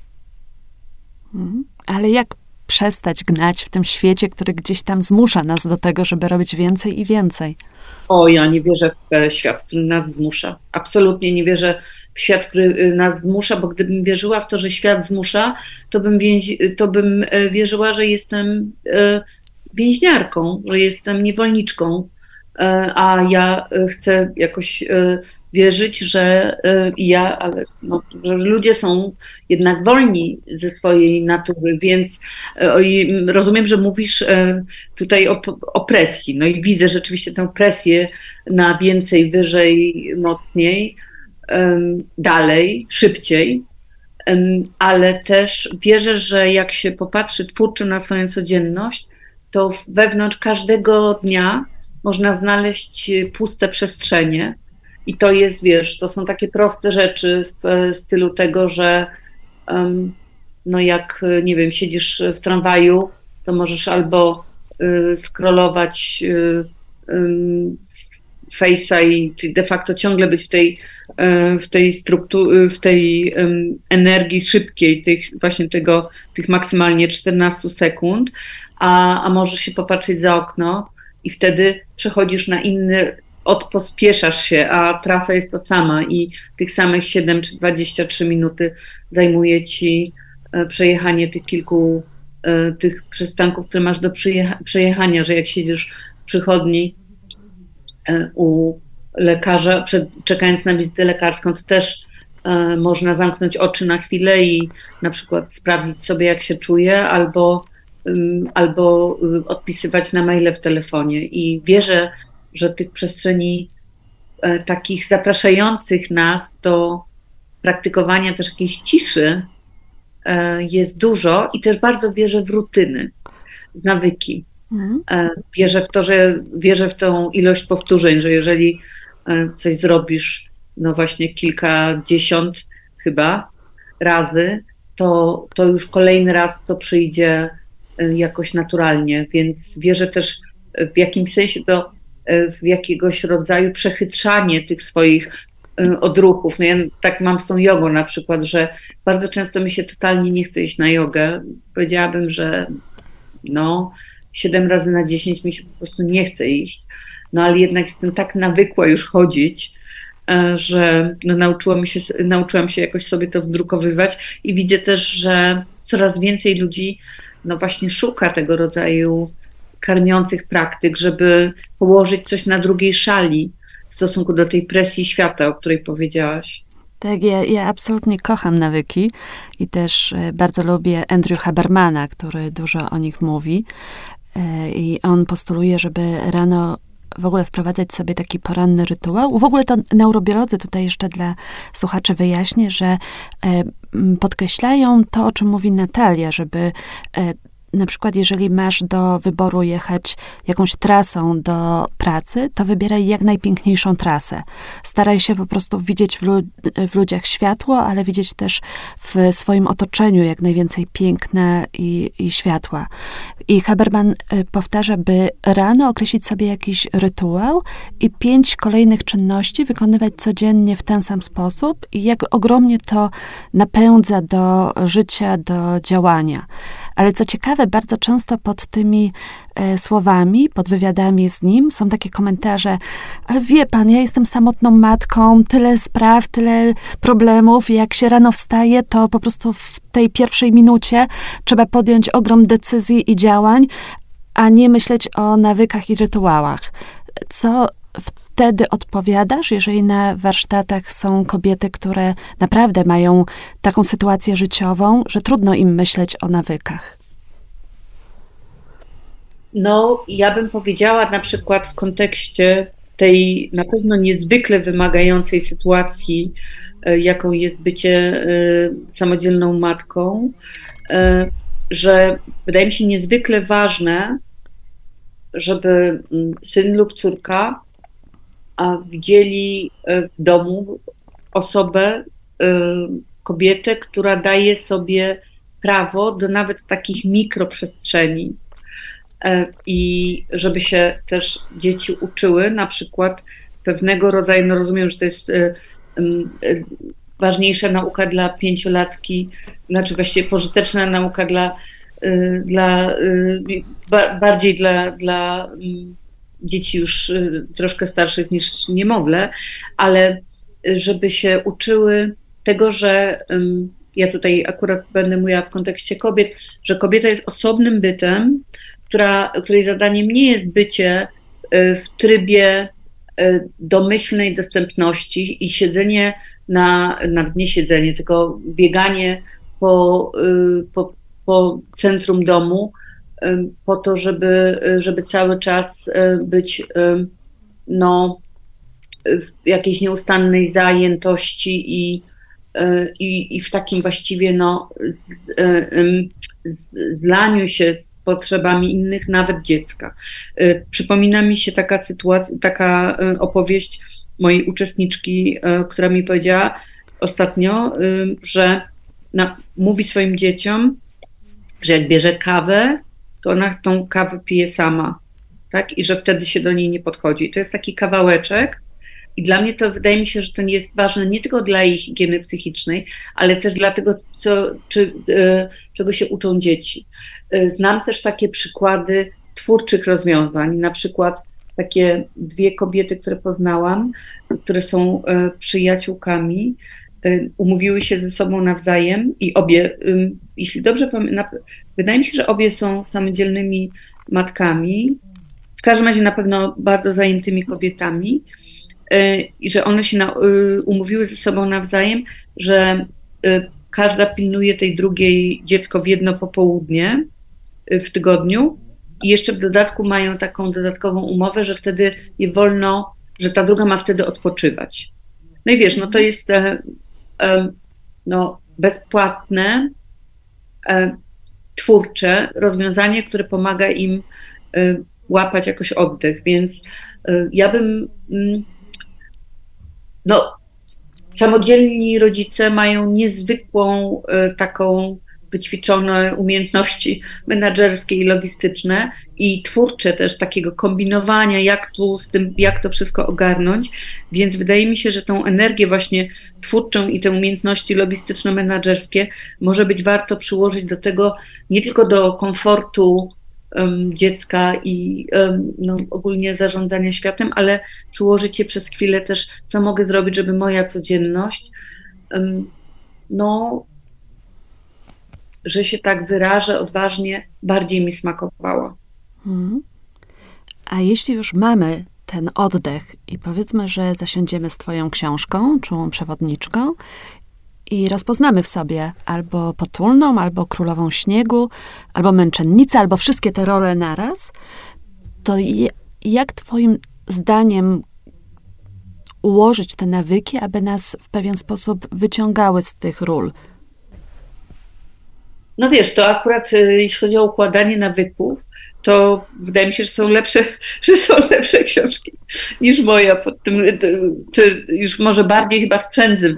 Ale jak przestać gnać w tym świecie, który gdzieś tam zmusza nas do tego, żeby robić więcej i więcej? O, ja nie wierzę w świat, który nas zmusza. Absolutnie nie wierzę w świat, który nas zmusza, bo gdybym wierzyła w to, że świat zmusza, to bym wierzyła, że jestem więźniarką, że jestem niewolniczką, a ja chcę jakoś wierzyć, że ale że ludzie są jednak wolni ze swojej natury, więc rozumiem, że mówisz tutaj o presji. No i widzę rzeczywiście tę presję na więcej, wyżej, mocniej, dalej, szybciej, ale też wierzę, że jak się popatrzy twórczo na swoją codzienność, to wewnątrz każdego dnia można znaleźć puste przestrzenie. I to jest, to są takie proste rzeczy w stylu tego, że no jak, nie wiem, siedzisz w tramwaju, to możesz albo scrollować Face'a czyli de facto ciągle być w tej energii szybkiej, tych maksymalnie 14 sekund, a możesz się popatrzeć za okno i wtedy przechodzisz na inny, pospieszasz się, a trasa jest ta sama i tych samych 7 czy 23 minuty zajmuje ci przejechanie tych przystanków, które masz do przejechania, że jak siedzisz w przychodni u lekarza, czekając na wizytę lekarską, to też można zamknąć oczy na chwilę i na przykład sprawdzić sobie, jak się czuje, albo odpisywać na maile w telefonie. I wierzę, że tych przestrzeni takich zapraszających nas do praktykowania też jakiejś ciszy jest dużo i też bardzo wierzę w rutyny, w nawyki. Wierzę w to, że wierzę w tą ilość powtórzeń, że jeżeli coś zrobisz, no właśnie kilkadziesiąt chyba razy, to już kolejny raz to przyjdzie jakoś naturalnie, więc wierzę też w jakimś sensie w jakiegoś rodzaju przechytrzanie tych swoich odruchów. No ja tak mam z tą jogą na przykład, że bardzo często mi się totalnie nie chce iść na jogę. Powiedziałabym, że 7 razy na 10 mi się po prostu nie chce iść, no ale jednak jestem tak nawykła już chodzić, że nauczyłam się jakoś sobie to wdrukowywać i widzę też, że coraz więcej ludzi właśnie szuka tego rodzaju karmiących praktyk, żeby położyć coś na drugiej szali w stosunku do tej presji świata, o której powiedziałaś. Tak, ja absolutnie kocham nawyki i też bardzo lubię Andrew Habermana, który dużo o nich mówi. I on postuluje, żeby rano w ogóle wprowadzać sobie taki poranny rytuał. W ogóle to neurobiolodzy, tutaj jeszcze dla słuchaczy wyjaśnię, że podkreślają to, o czym mówi Natalia, żeby na przykład jeżeli masz do wyboru jechać jakąś trasą do pracy, to wybieraj jak najpiękniejszą trasę. Staraj się po prostu widzieć w ludziach światło, ale widzieć też w swoim otoczeniu jak najwięcej piękna i światła. I Haberman powtarza, by rano określić sobie jakiś rytuał i 5 kolejnych czynności wykonywać codziennie w ten sam sposób i jak ogromnie to napędza do życia, do działania. Ale co ciekawe, bardzo często pod tymi słowami, pod wywiadami z nim są takie komentarze, ale wie pan, ja jestem samotną matką, tyle spraw, tyle problemów, jak się rano wstaje, to po prostu w tej pierwszej minucie trzeba podjąć ogrom decyzji i działań, a nie myśleć o nawykach i rytuałach. Co wtedy odpowiadasz, jeżeli na warsztatach są kobiety, które naprawdę mają taką sytuację życiową, że trudno im myśleć o nawykach? No, ja bym powiedziała na przykład w kontekście tej na pewno niezwykle wymagającej sytuacji, jaką jest bycie samodzielną matką, że wydaje mi się niezwykle ważne, żeby syn lub córka widzieli w domu osobę, kobietę, która daje sobie prawo do nawet takich mikroprzestrzeni. I żeby się też dzieci uczyły na przykład pewnego rodzaju, no rozumiem, że to jest ważniejsza nauka dla pięciolatki, znaczy właściwie pożyteczna nauka bardziej dla dzieci już troszkę starszych niż niemowlę, ale żeby się uczyły tego, że ja tutaj akurat będę mówiła w kontekście kobiet, że kobieta jest osobnym bytem, której zadaniem nie jest bycie w trybie domyślnej dostępności i siedzenie nawet nie siedzenie, tylko bieganie po centrum domu po to, żeby cały czas być w jakiejś nieustannej zajętości i w takim właściwie zlaniu się z potrzebami innych, nawet dziecka. Przypomina mi się taka sytuacja, taka opowieść mojej uczestniczki, która mi powiedziała ostatnio, że mówi swoim dzieciom, że jak bierze kawę, to ona tą kawę pije sama, tak? I że wtedy się do niej nie podchodzi. I to jest taki kawałeczek. I dla mnie to wydaje mi się, że to jest ważne nie tylko dla jej higieny psychicznej, ale też dla tego, czego się uczą dzieci. Znam też takie przykłady twórczych rozwiązań, na przykład takie dwie kobiety, które poznałam, które są przyjaciółkami, umówiły się ze sobą nawzajem i obie, jeśli dobrze pamiętam, wydaje mi się, że obie są samodzielnymi matkami, w każdym razie na pewno bardzo zajętymi kobietami, i że one się umówiły ze sobą nawzajem, że każda pilnuje tej drugiej dziecko w jedno popołudnie w tygodniu i jeszcze w dodatku mają taką dodatkową umowę, że wtedy je wolno, że ta druga ma wtedy odpoczywać. No i wiesz, no to jest bezpłatne, twórcze rozwiązanie, które pomaga im łapać jakoś oddech, więc ja bym samodzielni rodzice mają niezwykłą taką wyćwiczone umiejętności menedżerskie i logistyczne i twórcze też takiego kombinowania, jak to wszystko ogarnąć, więc wydaje mi się, że tą energię właśnie twórczą i te umiejętności logistyczno-menedżerskie może być warto przyłożyć do tego, nie tylko do komfortu dziecka i ogólnie zarządzania światem, ale przyłożyć je przez chwilę też, co mogę zrobić, żeby moja codzienność, że się tak wyrażę odważnie, bardziej mi smakowała. A jeśli już mamy ten oddech i powiedzmy, że zasiądziemy z twoją książką, czułą przewodniczką i rozpoznamy w sobie albo Potulną, albo Królową Śniegu, albo Męczennicę, albo wszystkie te role naraz, to jak twoim zdaniem ułożyć te nawyki, aby nas w pewien sposób wyciągały z tych ról? No wiesz, to akurat jeśli chodzi o układanie nawyków, to wydaje mi się, że są lepsze książki niż moja pod tym, czy już może bardziej chyba w Przędzy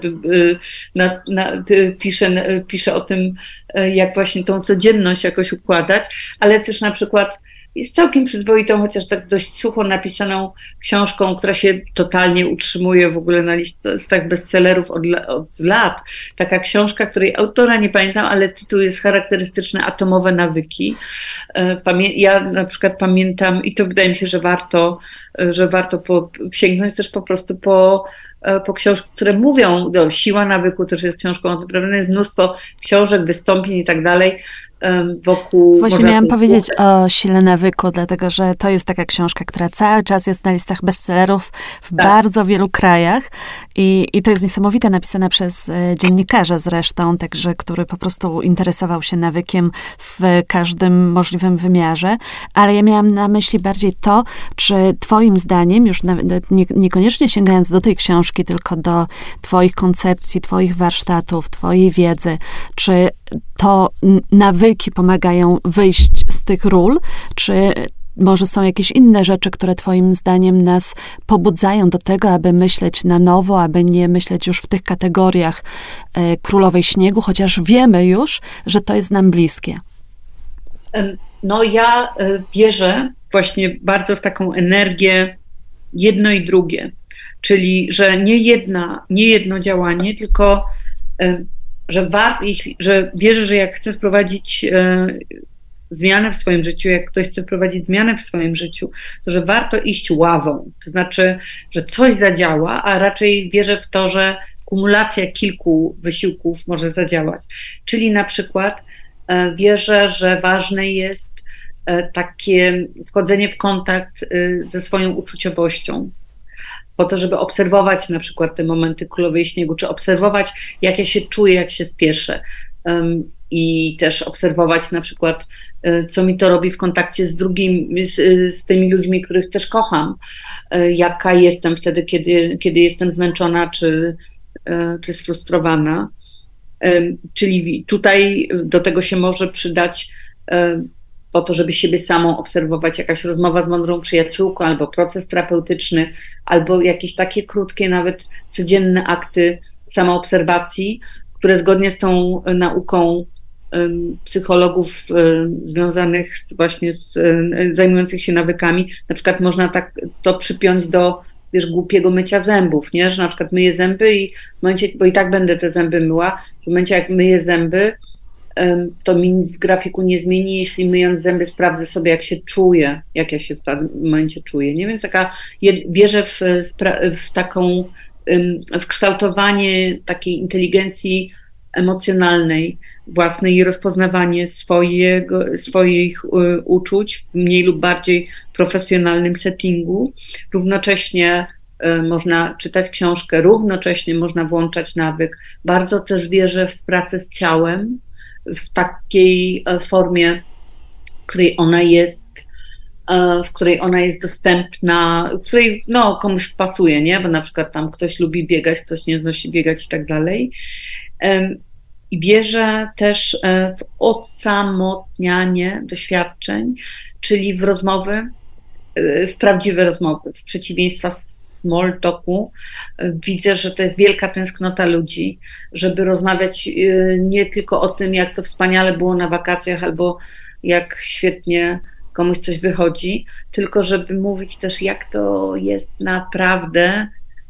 piszę o tym, jak właśnie tą codzienność jakoś układać, ale też na przykład jest całkiem przyzwoitą, chociaż tak dość sucho napisaną książką, która się totalnie utrzymuje w ogóle na listach bestsellerów od lat. Taka książka, której autora nie pamiętam, ale tytuł jest charakterystyczny, Atomowe nawyki. Ja na przykład pamiętam i to wydaje mi się, że warto sięgnąć też po prostu po książki, które mówią, Siła nawyku też jest książką, naprawdę jest mnóstwo książek, wystąpień i tak dalej, wokół... Właśnie miałam powiedzieć o Sile nawyku, dlatego że to jest taka książka, która cały czas jest na listach bestsellerów w bardzo wielu krajach i to jest niesamowite, napisane przez dziennikarza zresztą, także który po prostu interesował się nawykiem w każdym możliwym wymiarze, ale ja miałam na myśli bardziej to, czy twoim zdaniem, już niekoniecznie sięgając do tej książki, tylko do twoich koncepcji, twoich warsztatów, twojej wiedzy, czy to nawyki pomagają wyjść z tych ról, czy może są jakieś inne rzeczy, które twoim zdaniem nas pobudzają do tego, aby myśleć na nowo, aby nie myśleć już w tych kategoriach królowej śniegu, chociaż wiemy już, że to jest nam bliskie. No ja wierzę właśnie bardzo w taką energię jedno i drugie, czyli że nie jedno działanie, tylko że wierzę, że jak chcę wprowadzić zmianę w swoim życiu, jak ktoś chce wprowadzić zmianę w swoim życiu, to że warto iść ławą. To znaczy, że coś zadziała, a raczej wierzę w to, że kumulacja kilku wysiłków może zadziałać. Czyli na przykład wierzę, że ważne jest takie wchodzenie w kontakt ze swoją uczuciowością, po to, żeby obserwować na przykład te momenty królowej śniegu, czy obserwować, jak ja się czuję, jak się spieszę. I też obserwować na przykład, co mi to robi w kontakcie z drugimi, z tymi ludźmi, których też kocham. Jaka jestem wtedy, kiedy jestem zmęczona, czy sfrustrowana. Czyli tutaj do tego się może przydać po to, żeby siebie samą obserwować, jakaś rozmowa z mądrą przyjaciółką, albo proces terapeutyczny, albo jakieś takie krótkie, nawet codzienne akty samoobserwacji, które zgodnie z tą nauką psychologów związanych zajmujących się nawykami, na przykład można tak to przypiąć do głupiego mycia zębów, nie? Że na przykład myję zęby i w momencie, bo i tak będę te zęby myła, w momencie jak myję zęby, to mi nic w grafiku nie zmieni, jeśli myjąc zęby sprawdzę sobie, jak się czuję, jak ja się w tym momencie czuję, nie? Więc wierzę w taką, w kształtowanie takiej inteligencji emocjonalnej własnej i rozpoznawanie swoich uczuć w mniej lub bardziej profesjonalnym settingu. Równocześnie można czytać książkę, równocześnie można włączać nawyk. Bardzo też wierzę w pracę z ciałem, w takiej formie, w której ona jest dostępna, w której komuś pasuje, nie? Bo na przykład tam ktoś lubi biegać, ktoś nie znosi biegać i tak dalej. I wierzę też w odsamotnianie doświadczeń, czyli w rozmowy, w prawdziwe rozmowy, w przeciwieństwa small talku. Widzę, że to jest wielka tęsknota ludzi, żeby rozmawiać nie tylko o tym, jak to wspaniale było na wakacjach, albo jak świetnie komuś coś wychodzi, tylko żeby mówić też, jak to jest naprawdę.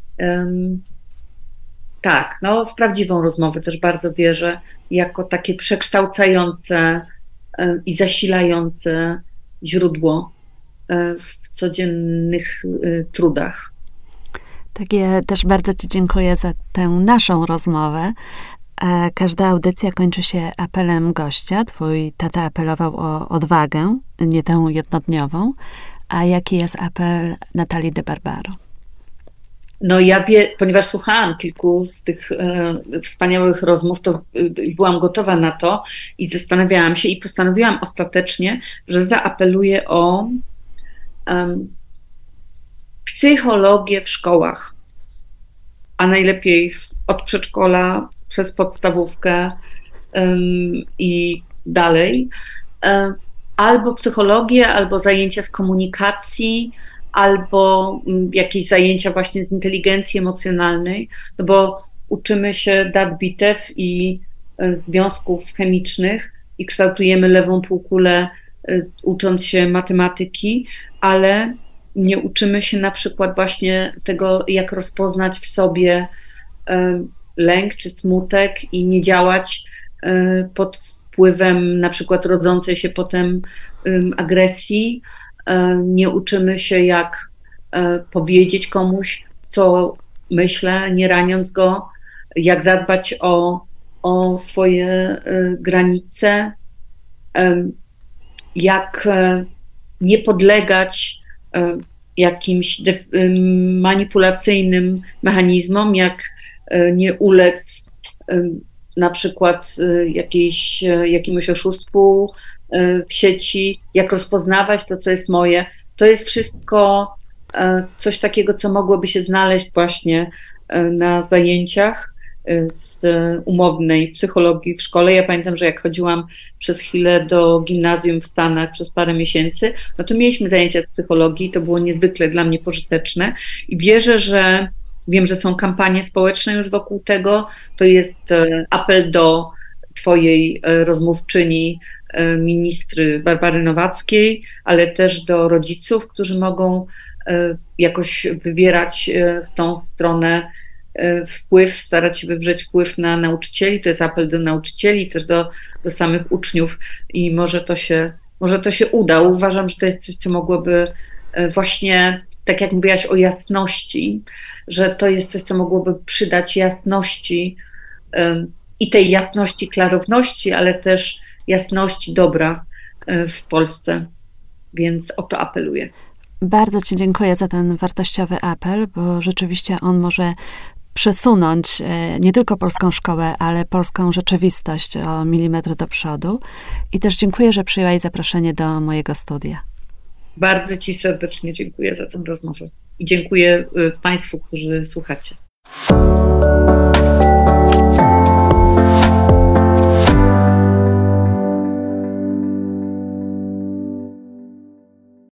Tak, w prawdziwą rozmowę też bardzo wierzę, jako takie przekształcające i zasilające źródło w codziennych trudach. Tak, ja też bardzo ci dziękuję za tę naszą rozmowę. Każda audycja kończy się apelem gościa. Twój tata apelował o odwagę, nie tę jednodniową. A jaki jest apel Natalii de Barbaro? No ja ponieważ słuchałam kilku z tych wspaniałych rozmów, to byłam gotowa na to i zastanawiałam się i postanowiłam ostatecznie, że zaapeluję o psychologię w szkołach, a najlepiej od przedszkola przez podstawówkę i dalej. Albo psychologię, albo zajęcia z komunikacji, albo jakieś zajęcia właśnie z inteligencji emocjonalnej, no bo uczymy się dat bitew i związków chemicznych i kształtujemy lewą półkulę, ucząc się matematyki, ale nie uczymy się na przykład właśnie tego, jak rozpoznać w sobie lęk czy smutek i nie działać pod wpływem na przykład rodzącej się potem agresji. Nie uczymy się, jak powiedzieć komuś, co myślę, nie raniąc go, jak zadbać o swoje granice. jak nie podlegać jakimś manipulacyjnym mechanizmom, jak nie ulec na przykład jakiemuś oszustwu w sieci, jak rozpoznawać to, co jest moje. To jest wszystko coś takiego, co mogłoby się znaleźć właśnie na zajęciach z umownej psychologii w szkole. Ja pamiętam, że jak chodziłam przez chwilę do gimnazjum w Stanach przez parę miesięcy, no to mieliśmy zajęcia z psychologii, to było niezwykle dla mnie pożyteczne i wierzę, że wiem, że są kampanie społeczne już wokół tego. To jest apel do twojej rozmówczyni, ministry Barbary Nowackiej, ale też do rodziców, którzy mogą jakoś wywierać w tą stronę wpływ, starać się wywrzeć wpływ na nauczycieli. To jest apel do nauczycieli, też do samych uczniów i może to się uda. Uważam, że to jest coś, co mogłoby właśnie, tak jak mówiłaś o jasności, że to jest coś, co mogłoby przydać jasności i tej jasności, klarowności, ale też jasności dobra w Polsce. Więc o to apeluję. Bardzo ci dziękuję za ten wartościowy apel, bo rzeczywiście on może przesunąć nie tylko polską szkołę, ale polską rzeczywistość o milimetr do przodu. I też dziękuję, że przyjęłaś zaproszenie do mojego studia. Bardzo ci serdecznie dziękuję za tę rozmowę. I dziękuję Państwu, którzy słuchacie.